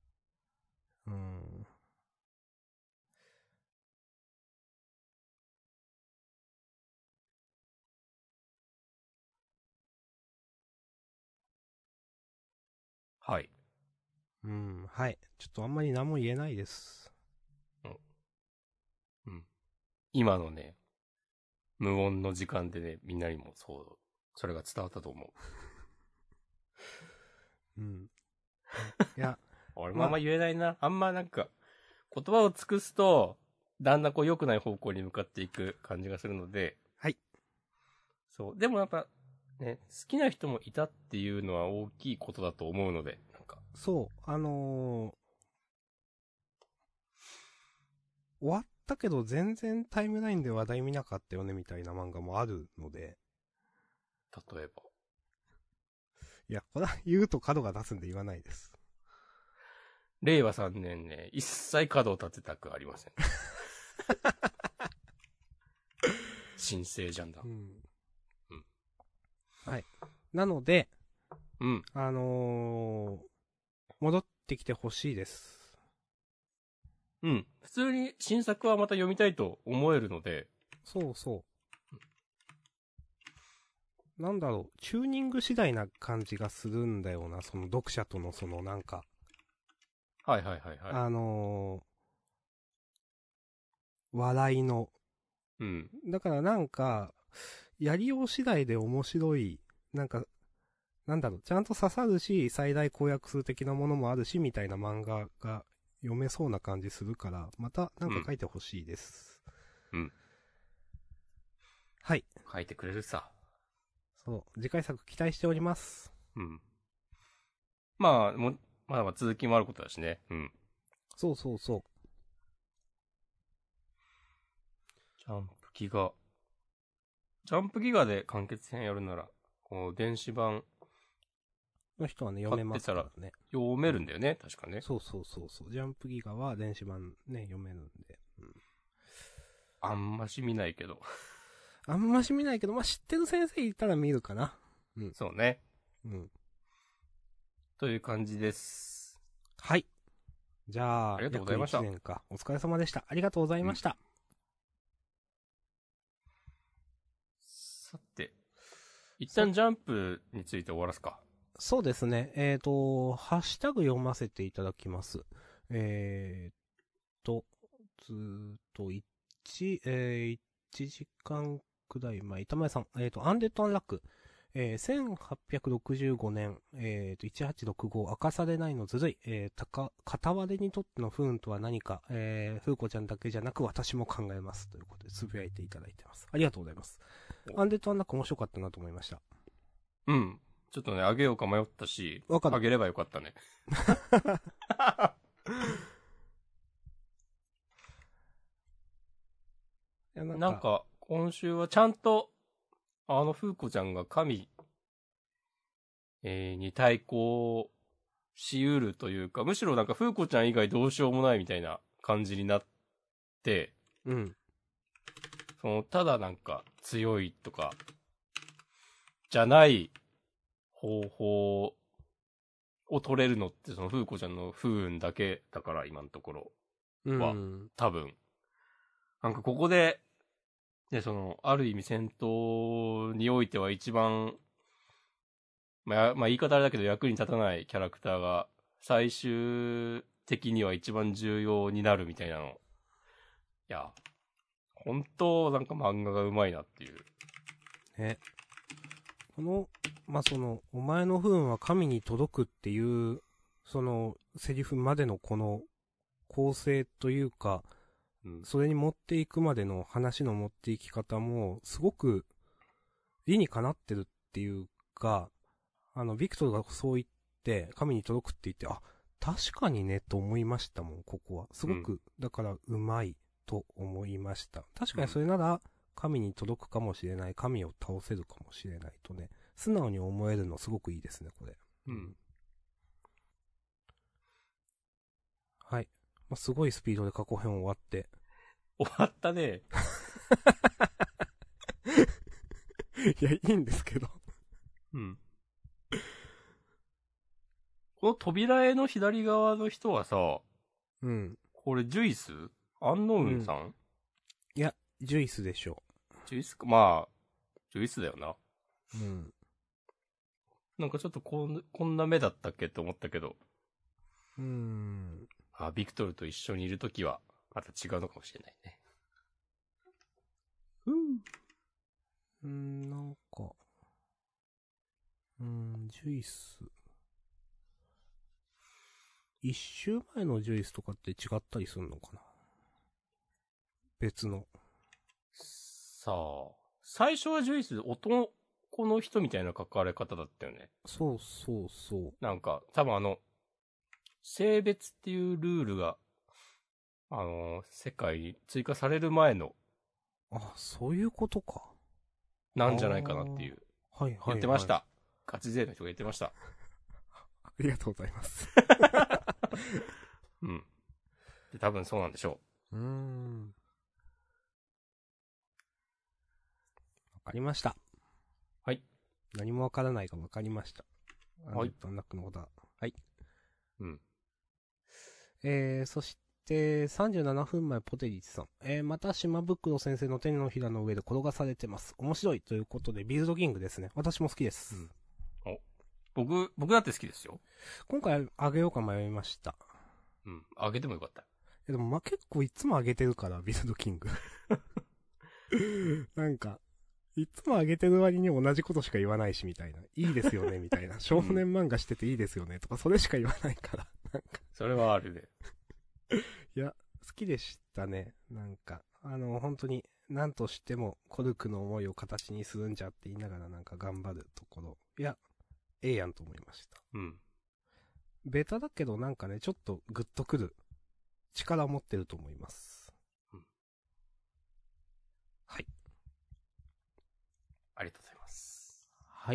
はい。 はい。ちょっとあんまり何も言えないです。 今のね、無音の時間でね、みんなにもそれが伝わったと思う。 いや、 俺もあんま言えないな。あんまなんか、言葉を尽くすと、だんだん良くない方向に向かっていく感じがするので。 はい。 そう。でもやっぱ、ね、好きな人もいたっていうのは大きいことだと思うので、なんか。 そう、終わったけど全然タイムラインで話題見なかったよねみたいな漫画もあるので。 例えば。 いや、これは言うと角が出すんで言わないです。 令和3年ね、一切角を立てたくありません。新生ジャンダン。 はい。なので、 戻ってきてほしいです。 普通に新作はまた読みたいと思えるので。 そう。なんだろう、チューニング次第な感じがするんだよな、その読者とのなんか。 はい。 笑いの。だからなんか、やりよう次第で面白い、なんか、なんだろう、ちゃんと刺さるし、最大公約数的なものもあるし、みたいな漫画が読めそうな感じするから、またなんか書いてほしいです。はい。 書いてくれるさ。 そう、次回作期待しております。 まあ、まだ続きもあることだしね。 そう。 ジャンプギガで完結編やるなら、こう、電子版の人はね、読めますからね。 読めるんだよね、確かね。 そう。ジャンプギガは電子版ね、読めるんで。 あんまし見ないけど。 まあ、知ってる先生いたら見るかな。 そうね。という感じです。 はい。じゃあ、 ありがとうございました。 約1年か。お疲れ様でした。ありがとうございました。 さて、一旦ジャンプについて終わらすか。 そうですね。ハッシュタグ読ませていただきます。ずーっと1時間くらい前、板前さん、アンデッド・アンラック。1865年、1865、明かされないのずるい、片割れにとっての不運とは何か、風子ちゃんだけじゃなく私も考えます。ということで、つぶやいていただいてます。ありがとうございます。アンデッド・アンラック面白かったなと思いました。 うん。ちょっとね、あげようか迷ったし、あげればよかったね。なんか、今週はちゃんと、風子ちゃんが神、に対抗しうるというか、むしろなんか風子ちゃん以外どうしようもないみたいな感じになって、 うん。 ただなんか強いとか、じゃない方法を取れるのってその風子ちゃんの不運だけだから今のところは、多分。なんかここで、で、ある意味戦闘においては一番、まあ言い方あれだけど役に立たないキャラクターが最終的には一番重要になるみたいなの。いや、本当なんか漫画がうまいなっていう。 ね。お前の不運は神に届くっていう、セリフまでのこの構成というか、それに持っていくまでの話の持っていき方も、すごく理にかなってるっていうか、ビクトルがそう言って、神に届くって言って、あ、確かにね、と思いましたもん、ここは。すごく、だから、うまいと思いました。確かにそれなら、神に届くかもしれない、神を倒せるかもしれないとね、素直に思えるのすごくいいですね、これ。 うん。 はい。まあ、すごいスピードで過去編終わって。 終わったね。 いや、いいんですけど。 うん。この扉絵の左側の人はさ、 うん。 これジュイスアンノーンさん、 いや、ジュイスでしょう。ジュイスか、まあ、ジュイスだよな。 うん。 なんかちょっとこんな目だったっけって思ったけど。ビクトルと一緒にいるときは、また違うのかもしれないね。 なんか、ジュイス。一周前のジュイスとかって違ったりするのかな、別の。 さあ、最初はジュイス、男の人みたいな書かれ方だったよね。 そうそうそう。 なんか、多分性別っていうルールが、世界に追加される前の。 あ、そういうことか。 なんじゃないかなっていう。 はいはい、はい。 言ってました。ガチ勢の人が言ってました。 ありがとうございます。 うん。で、多分そうなんでしょう。 わかりました。 はい。 何もわからないがわかりました。 はい。 アンラックのことは。はい。 うん。 そして37分前ポテリチさん。また島袋先生の手のひらの上で転がされてます。面白いということで、ビルドキングですね。私も好きです。 僕だって好きですよ。 今回あげようか迷いました。 あげてもよかった。 でも結構いつもあげてるから、ビルドキング。なんか、いつもあげてる割に同じことしか言わないし、みたいな。いいですよね、みたいな。少年漫画してていいですよね、とか、それしか言わないから。なんか。 それはあるね。 いや、好きでしたね。なんか、本当に、何としてもコルクの思いを形にするんじゃって言いながらなんか頑張るところ。いや、ええやんと思いました。ベタだけどなんかね、ちょっとグッとくる力を持ってると思います。はい。 ありがとうございます。 はい。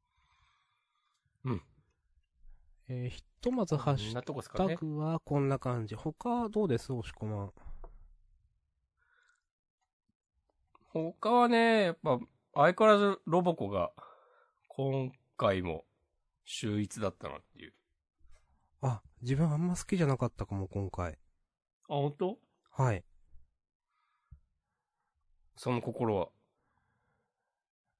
ひとまずハッシュタグはこんな感じ。他どうです押し込まん。 他はね、やっぱ、相変わらずロボコが、今回も、秀逸だったなっていう。 あ、自分あんま好きじゃなかったかも、今回。あ、 本当？ はい。 その心は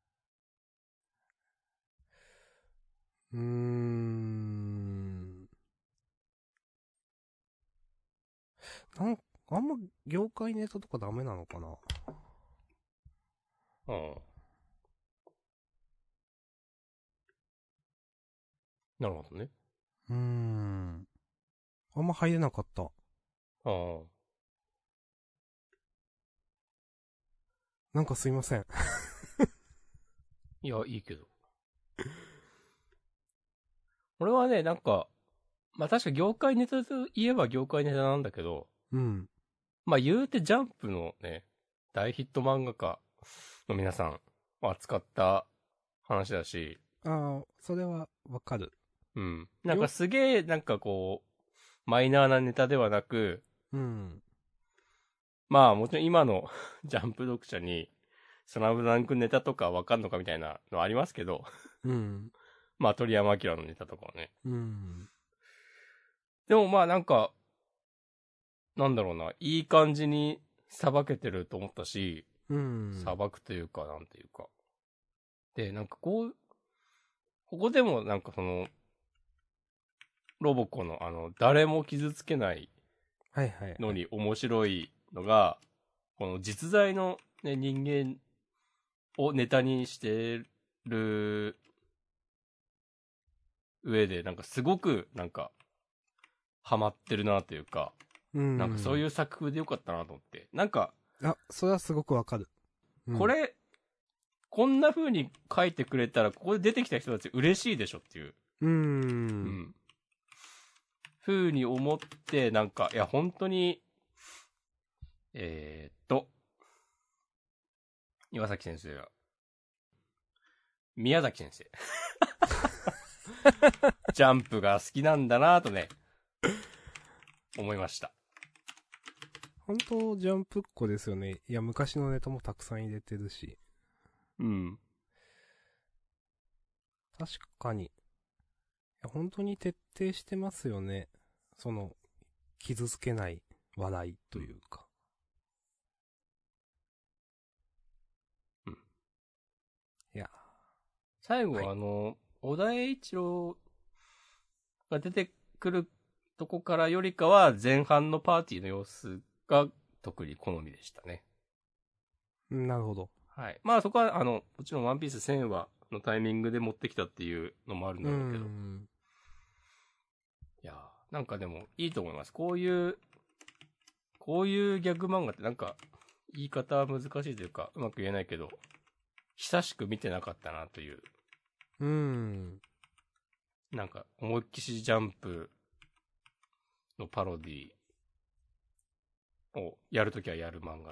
あんま業界ネタとかダメなのかな。 うん。なるほどね。 あんま入れなかった。 ああ。 なんかすいません。 いや、いいけど。俺はね、なんか、まあ確か業界ネタといえば業界ネタなんだけど、 うん。 まあ言うてジャンプのね、大ヒット漫画家の皆さんを扱った話だし、 ああ、それはわかる。 うん。なんかすげえ、なんかこう、マイナーなネタではなく、 うん。 まあもちろん今のジャンプ読者に、スラムダンクネタとかわかんのかみたいなのありますけど、 うん。 まあ鳥山明のネタとかはね。 うん。 でもまあなんか、なんだろうな、いい感じにさばけてると思ったし、 うん。 さばくというか、なんていうか。で、なんかこう、ここでもなんかその、ロボコの誰も傷つけないはいはい、はい。 のに面白いのが、この実在の、ね、人間をネタにしてる上で、なんかすごく、なんか、ハマってるなというか、 うん。 なんかそういう作風でよかったなと思って。なんか、 あ、それはすごくわかる。うん、 これ、こんな風に書いてくれたら、ここで出てきた人たち嬉しいでしょっていう。 うーん。 うん。風に思って、なんか、いや、本当に、岩崎先生が、宮崎先生。ジャンプが好きなんだなぁとね、思いました。 本当ジャンプっ子ですよね。いや、昔のネタもたくさん入れてるし。 うん。 確かに。いや、本当に徹底してますよね。その、傷つけない笑いというか。 うん。 いや。 最後、 はい。 小田栄一郎が出てくるとこからよりかは、前半のパーティーの様子が特に好みでしたね。 なるほど。 はい。まあそこは、もちろんワンピース1000話のタイミングで持ってきたっていうのもあるんうーだろうけど。 ん。 いやー、なんかでもいいと思います。こういうギャグ漫画ってなんか、言い方は難しいというか、うまく言えないけど、久しく見てなかったなという。 うーん。 なんか、思いっきしジャンプのパロディをやるときはやる漫画って。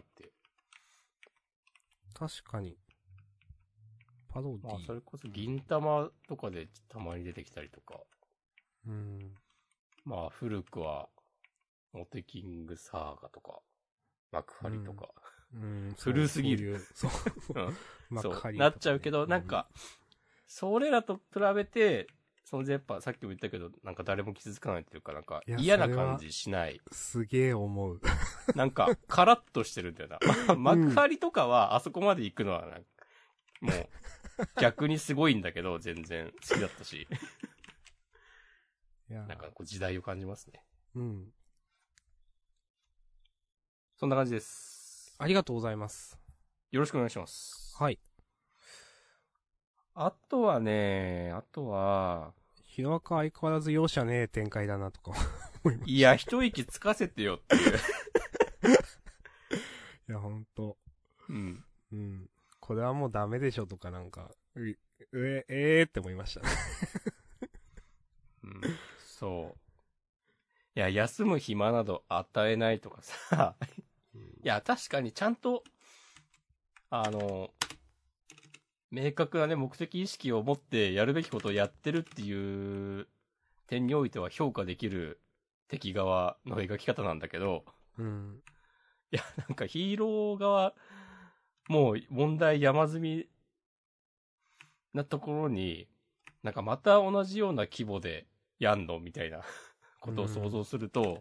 確かに。パロデまあ、 ィ。 それこそ銀玉とかでたまに出てきたりとか。 うーん。 まあ、古くは、モテキングサーガとか、幕張とか。古すぎる。 そう。 うん。そう、 幕張とかねなっちゃうけど、なんか、それらと比べて、そのやっぱさっきも言ったけど、なんか誰も傷つかないっていうか、なんかいや嫌な感じしない。 すげえ思う。 なんか、カラッとしてるんだよな。まあ、幕張とかは、あそこまで行くのはなんか、もう、逆にすごいんだけど、全然好きだったし。 いやなんかこう時代を感じますね。 うん。 そんな感じです。 ありがとうございます。 よろしくお願いします。 はい。 あとは、 ヒロアカ相変わらず容赦ねえ展開だなとか思いました。 いや、一息つかせてよっていう。 いや、ほんと。 うん。 うん。これはもうダメでしょとかなんか、って思いましたね。 うん。そう。いや、休む暇など与えないとかさ。いや、確かにちゃんと、明確なね、目的意識を持ってやるべきことをやってるっていう点においては評価できる敵側の描き方なんだけど、 うん。 いや、なんかヒーロー側、もう問題山積みなところに、なんかまた同じような規模でやんのみたいなことを想像すると、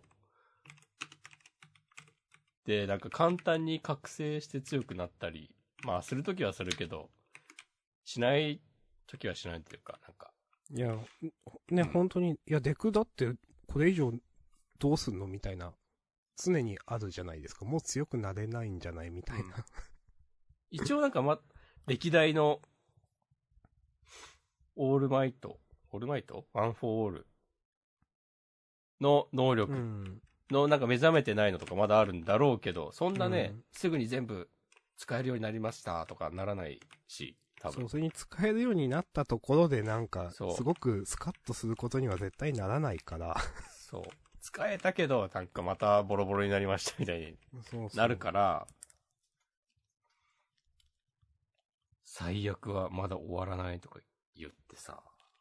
で、なんか簡単に覚醒して強くなったり、まあするときはするけど、しないときはしないというか、なんか、 いや、ね、本当に、いや、デクだって、これ以上どうすんのみたいな、常にあるじゃないですか。もう強くなれないんじゃないみたいな。 一応なんか歴代の、オールマイトワン・フォー・オールの能力のなんか目覚めてないのとかまだあるんだろうけど、そんなね、すぐに全部使えるようになりましたとかならないし、多分。 そう、それに使えるようになったところでなんか、すそうごくスカッとすることには絶対ならないから。 そう。使えたけど、なんかまたボロボロになりましたみたいになるから、最悪はまだ終わらないとか言ってさ、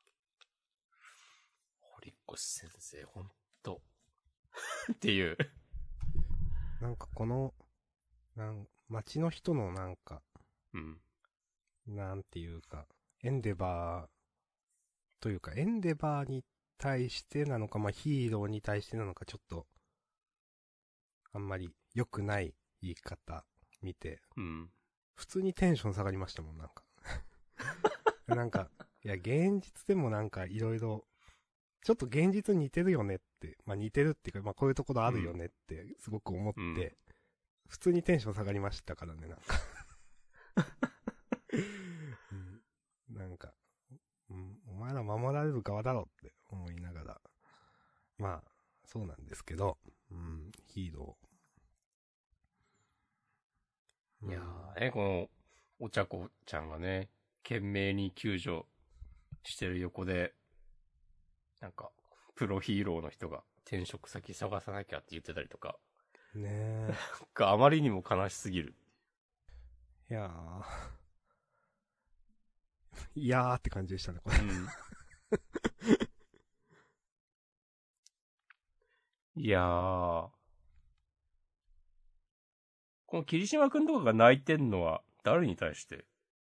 堀越先生、ほんと、っていう。 なんかこの、街の人のなんか、 うん。 なんていうか、エンデバーというか、エンデバーに対してなのか、まあヒーローに対してなのか、ちょっと、あんまり良くない言い方見て、 うん。 普通にテンション下がりましたもん、なんか。なんか、いや、現実でもなんかいろいろ、ちょっと現実に似てるよねって、まあ似てるっていうか、まあこういうところあるよねってすごく思って、 うん、 普通にテンション下がりましたからね、なんか。なんか、お前ら守られる側だろって思いながら、まあ、そうなんですけど、ヒーロー。いやーね、この、お茶子ちゃんがね、懸命に救助してる横で、なんか、プロヒーローの人が転職先探さなきゃって言ってたりとか。 ねえ。 があまりにも悲しすぎる。 いやいやーって感じでしたね、これ。 いやー。この霧島くんとかが泣いてんのは誰に対して？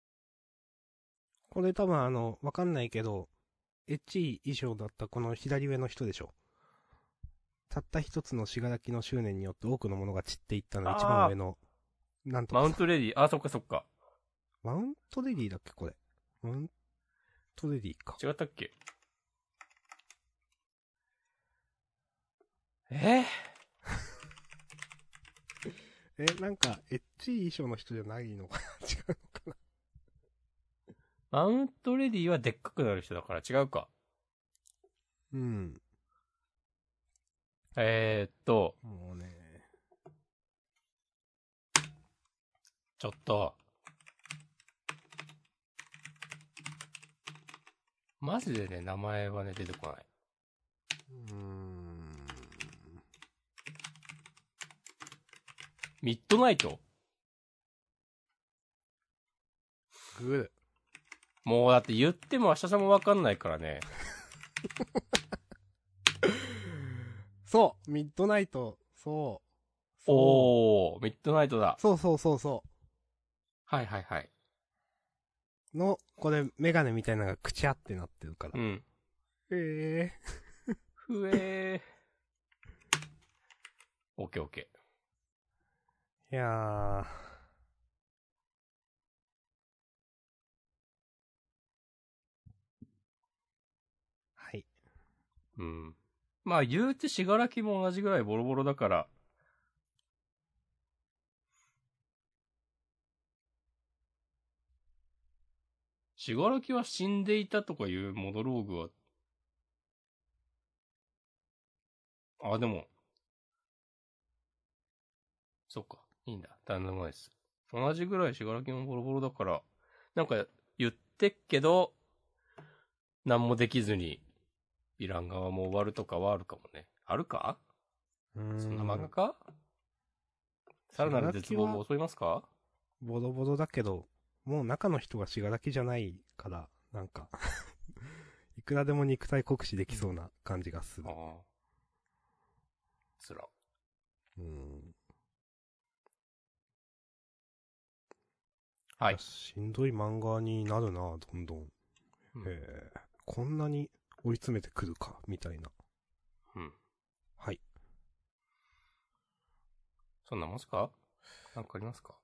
これ多分わかんないけど、エッチい衣装だったこの左上の人でしょ。たった一つのしがらきの執念によって多くのものが散っていったの一番上の、なんとか。 マウントレディ、そっかそっか。 マウントレディだっけこれ。マウントレディか。 違ったっけ？えなんか、エッチい衣装の人じゃないのかな違うのかなマウントレディはでっかくなる人だから違うか。 うん。もうね。 ちょっと。マジでね、名前はね、出てこない。ミッドナイト？ グー。 もうだって言っても明日さんもわかんないからね。 そう、ミッドナイト、そう。 おー、ミッドナイトだ。 そうそうそうそはいはいはい。 の、これ、メガネみたいなのがくちゃってなってるから。 うん。ふえー。オッケーオッケー。いやー。はい。 うん。まあ言うてしがらきも同じぐらいボロボロだから、しがらきは死んでいたとかいうモノローグは、でも、そっか、いいんだ。なんでもないです。同じぐらいしがらきもボロボロだから、なんか言ってっけど、何もできずに、ヴィラン側も終わるとかはあるかもね。あるか？そんな漫画か？さらなる絶望を襲いますか？ ボロボロだけど、もう中の人がしがらきじゃないから、なんかいくらでも肉体酷使できそうな感じがする。ああ。 つら。はい。 しんどい漫画になるな、どんどん。こんなに追い詰めてくるか、みたいな。はい。 そんなもんすか？なんかありますか？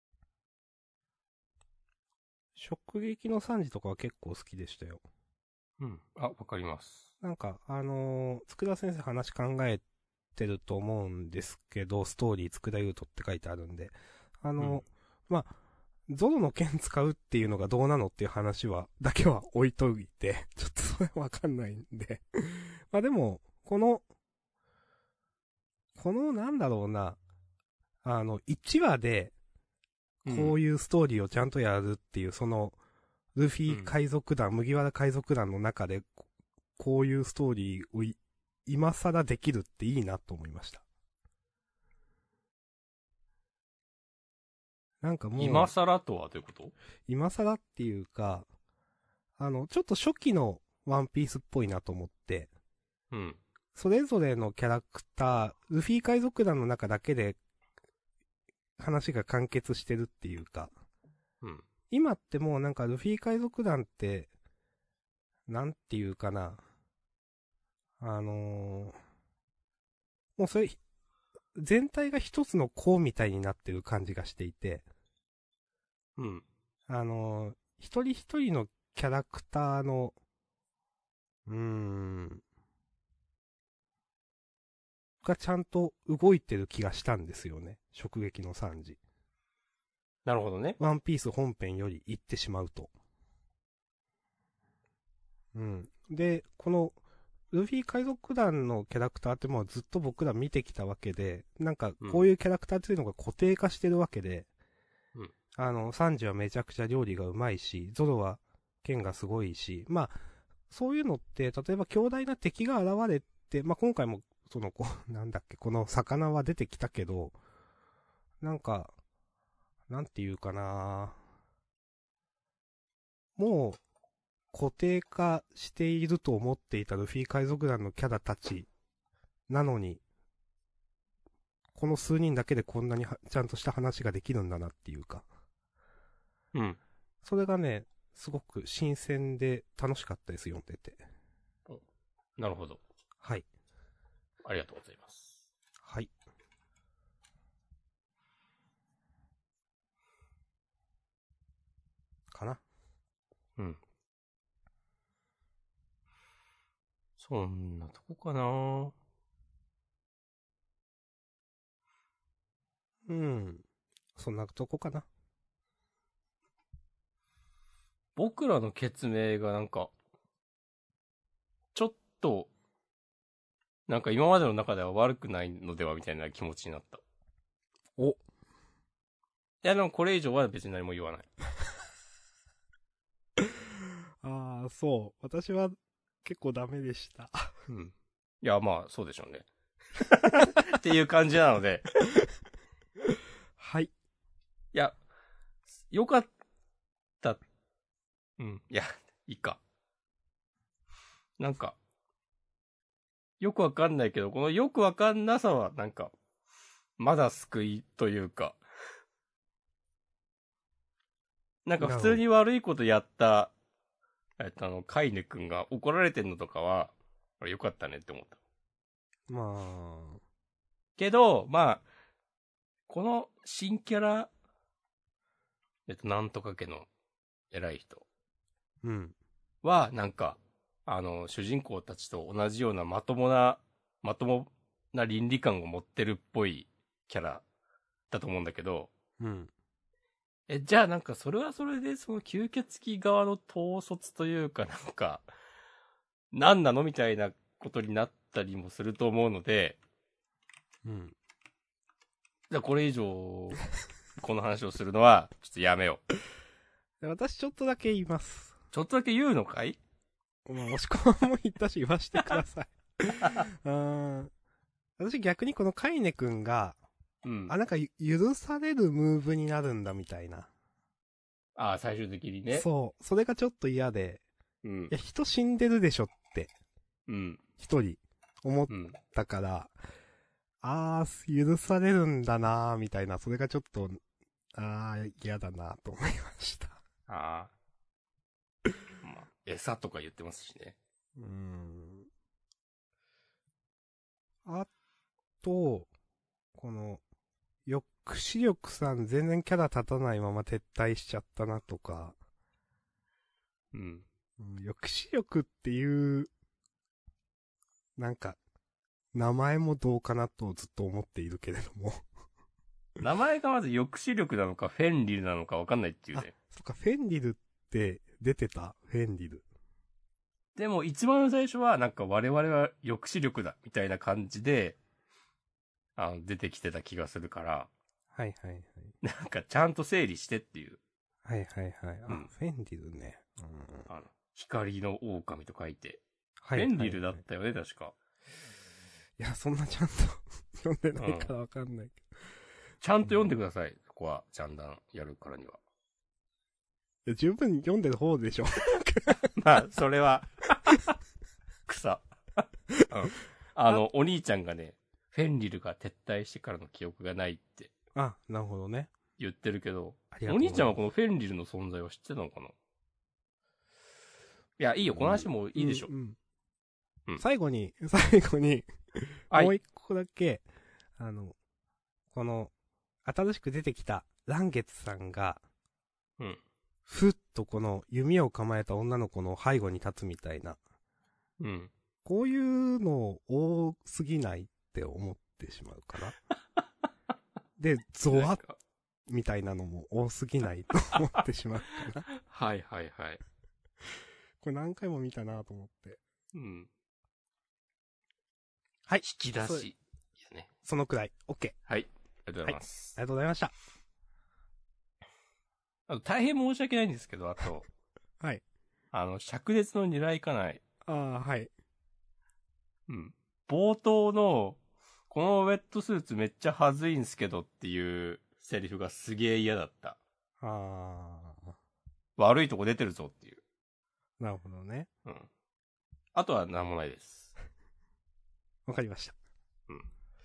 直撃の3時とかは結構好きでしたよ。 うん。あ、わかります。 なんか、佃先生話考えてると思うんですけど、ストーリー佃優斗って書いてあるんで、 うん。 まあ、ゾロの剣使うっていうのがどうなのっていう話だけは置いといて、ちょっとそれわかんないんでまあでも、なんだろうな、1話で、こういうストーリーをちゃんとやるっていう、ルフィ海賊団、麦わら海賊団の中で、こういうストーリーを今更できるっていいなと思いました。なんかもう、 今更とはどういうこと？ 今更っていうか、ちょっと初期のワンピースっぽいなと思って、 うん。 それぞれのキャラクター、ルフィ海賊団の中だけで話が完結してるっていうか、 うん。 今ってもうなんかルフィ海賊団って、なんていうかな、もうそれ、全体が一つの項みたいになってる感じがしていて、 うん。 一人一人のキャラクターの、うーん、がちゃんと動いてる気がしたんですよね。直撃の惨事。 なるほどね。 ワンピース本編より行ってしまうと。うん。で、ルフィ海賊団のキャラクターってもうずっと僕ら見てきたわけで、なんかこういうキャラクターっていうのが固定化してるわけで、 うん。 サンジはめちゃくちゃ料理がうまいし、ゾロは剣がすごいし、まあ、そういうのって、例えば強大な敵が現れて、まあ今回も、なんだっけ、この魚は出てきたけど、なんか、なんていうかなもう、固定化していると思っていたルフィ海賊団のキャラたちなのに、この数人だけでこんなにちゃんとした話ができるんだなっていうか。 うん。 それがね、すごく新鮮で楽しかったです、読んでて。 なるほど。 はい。 ありがとうございます。 はい。かな。 うん。そんなとこかな。 うん。そんなとこかな。 僕らの決明がなんか、ちょっと、なんか今までの中では悪くないのではみたいな気持ちになった。 お。 いやでもこれ以上は別に何も言わない。 ああ、そう。私は結構ダメでした。 うん。いやまあそうでしょうね。っていう感じなので。 はい。 いや、よかった。うん。いや、いいか。なんか、よくわかんないけど、このよくわかんなさはなんか、まだ救いというか、なんか普通に悪いことやった、カイネ君が怒られてんのとかは、あれよかったねって思った。 まあ。 けど、まあ、この新キャラ、なんとか家の偉い人うん。 は、なんか、主人公たちと同じようなまともな倫理観を持ってるっぽいキャラだと思うんだけど、 うん。 じゃあなんかそれはそれでその吸血鬼側の統率というかなんか、何なのみたいなことになったりもすると思うので、 うん。 じゃあこれ以上、この話をするのは、ちょっとやめよう。 私ちょっとだけ言います。 ちょっとだけ言うのかい？ まあ、押し込まも言ったし言わしてください。私逆にこのカイネくんが、 うん。 なんか許されるムーブになるんだみたいな。 ああ、最終的にね。 そう。それがちょっと嫌で、 うん。 いや、人死んでるでしょって、 うん。 一人、思っうん。 たから、許されるんだなーみたいな、それがちょっと、嫌だなと思いました。 ああ。まあ、餌とか言ってますしね。 あと、この、抑止力さん全然キャラ立たないまま撤退しちゃったなとか、 うん。 抑止力っていう、なんか、名前もどうかなとずっと思っているけれども。 名前がまず抑止力なのか、フェンリルなのかわかんないっていうね。 そっか、フェンリルって出てたフェンリル。 でも一番最初はなんか我々は抑止力だ、みたいな感じで、出てきてた気がするから、 はいはいはい。 なんかちゃんと整理してっていう。 はいはいはい。 うんフェンリルね。 光の狼と書いて。 はいはい、はい。 フェンリルだったよね、確か。 いや、そんなちゃんと読んでないからわかんないけど。 ちゃんと読んでください。そこは、ジャンダンやるからには。 いや、十分読んでる方でしょ。 まあ、それは、草。お兄ちゃんがね、フェンリルが撤退してからの記憶がないってあ、なるほどね。 言ってるけど、おありがとうございます。 兄ちゃんはこのフェンリルの存在を知ってたのかな。いや、いいよ、この話もいいでしょ。 うん最後に、 はい、 もう一個だけ、この、新しく出てきた、蘭月さんが、 うん。 ふっとこの弓を構えた女の子の背後に立つみたいな。 うん。 こういうの多すぎないって思ってしまうかな。で、ゾワッみたいなのも多すぎないと思ってしまうかな。 はいはいはい。 これ何回も見たなと思って。 うん。 はい。 引き出し。ね。 そのくらい。OK。 はい。ありがとうございます。 はい、ありがとうございました。 大変申し訳ないんですけど、あと。 はい。 灼熱の二来家内。 はい。 うん。冒頭の、このウェットスーツめっちゃはずいんすけどっていうセリフがすげえ嫌だった。悪いとこ出てるぞっていう。 なるほどね。 うん。あとは何もないです。 わかりました。 うん。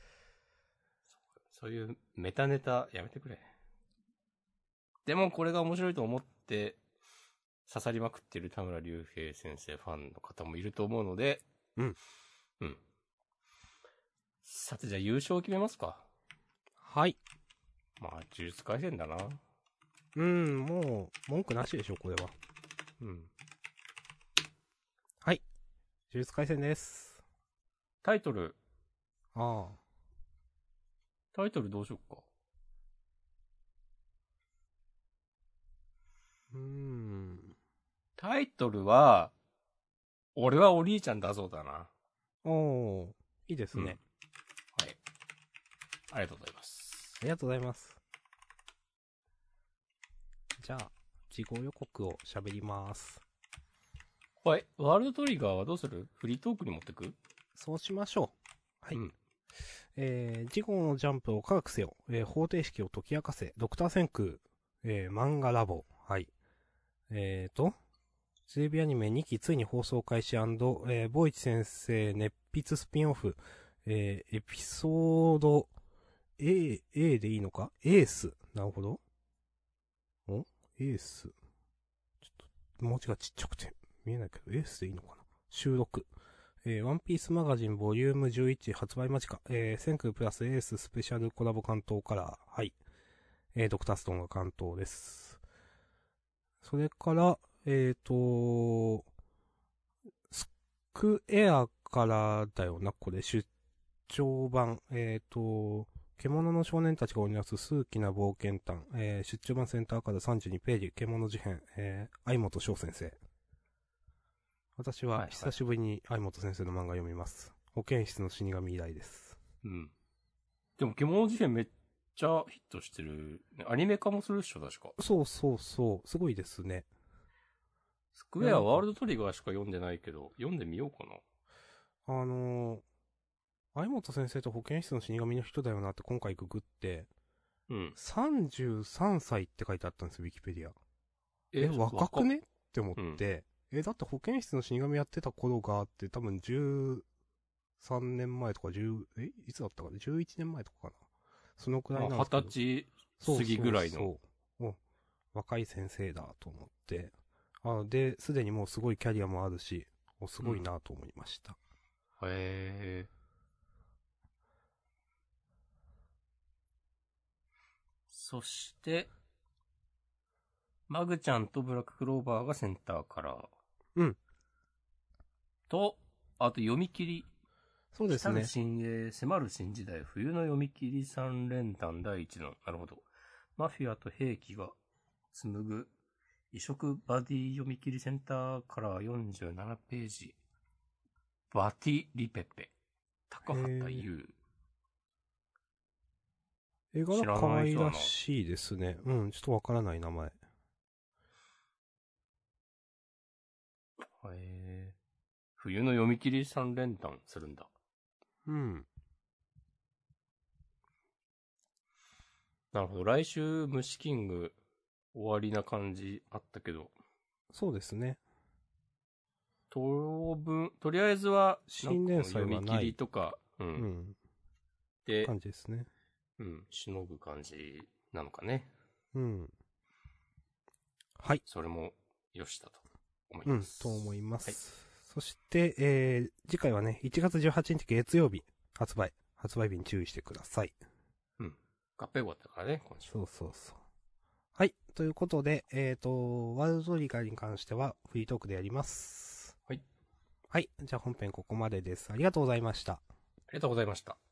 そういうメタネタやめてくれ。でもこれが面白いと思って刺さりまくってる田村隆平先生ファンの方もいると思うので、 うん。 うん。さてじゃあ優勝を決めますか。 はい。 まあ、呪術廻戦だな。 もう、文句なしでしょ、これは。 うん。 はい。呪術廻戦です。 タイトル。 タイトルどうしよっか。タイトルは、俺はお兄ちゃんだぞだな。 いいですね、 はい。ありがとうございます。 ありがとうございます。じゃあ、事後予告を喋ります。 はい。ワールドトリガーはどうする？フリートークに持ってく？ そうしましょう。はい。 うん。 事後のジャンプを科学せよ。方程式を解き明かせ。ドクター千空。漫画ラボ。はい。テレビアニメ2期ついに放送開始&、ボイチ先生熱筆スピンオフ。エピソード A でいいのか？エース。なるほど。エース。ちょっと、文字がちっちゃくて見えないけど、エースでいいのかな？収録。ワンピースマガジンボリューム11発売間近。千空プラスエーススペシャルコラボ関東カラー。はい。ドクターストーンが関東です。それから、スクエアからだよな、これ、出張版。獣の少年たちが織りなす数奇な冒険譚。出張版センターから32ページ、獣事変。相本翔先生。私は久しぶりに相本先生の漫画読みます。保健室の死神以来です。 うん。でも、獣事変めっちゃヒットしてる。アニメ化もするっしょ、確か。 そう。すごいですね。 スクエアワールドトリガーしか読んでないけど、読んでみようかな。 相本先生と保健室の死神の人だよなって今回ググって、 うん。 33歳って書いてあったんですよ、ウィキペディア。若くねって思って、だって保健室の死神やってた頃があって多分13年前とかいつだったかな ?11 年前とかかな。そのくらいなんですけど。 20歳過ぎぐらいの。 そう。若い先生だと思って。で、すでにもうすごいキャリアもあるし、すごいなと思いました。 へー。そして、マグちゃんとブラッククローバーがセンターカラー。 うん。 と、あと読み切り。 そうですね。 新鋭、迫る新時代、冬の読み切り3連単第1弾。なるほど。マフィアと兵器が紡ぐ異色バディ読み切りセンターカラー47ページ。バティリペペ。高畑優。 絵柄可愛らしいですね。うん、ちょっとわからない名前。 冬の読み切り3連単するんだ。 うん。 なるほど。来週、虫キング終わりな感じあったけど。 そうですね。 とりあえずは、 新連載はない。 読み切りとか、うん。 うん。 で、 感じですね。 うん、しのぐ感じなのかね。 うん。はい。 それも、よしだと思います。 と思います。はい、そして、次回はね、1月18日月曜日、発売日に注意してください。 うん。合併後だったからね、今週。 そう。はい。ということで、ワールドトリガーに関してはフリートークでやります。 はい。 はい。じゃあ本編ここまでです。ありがとうございました。 ありがとうございました。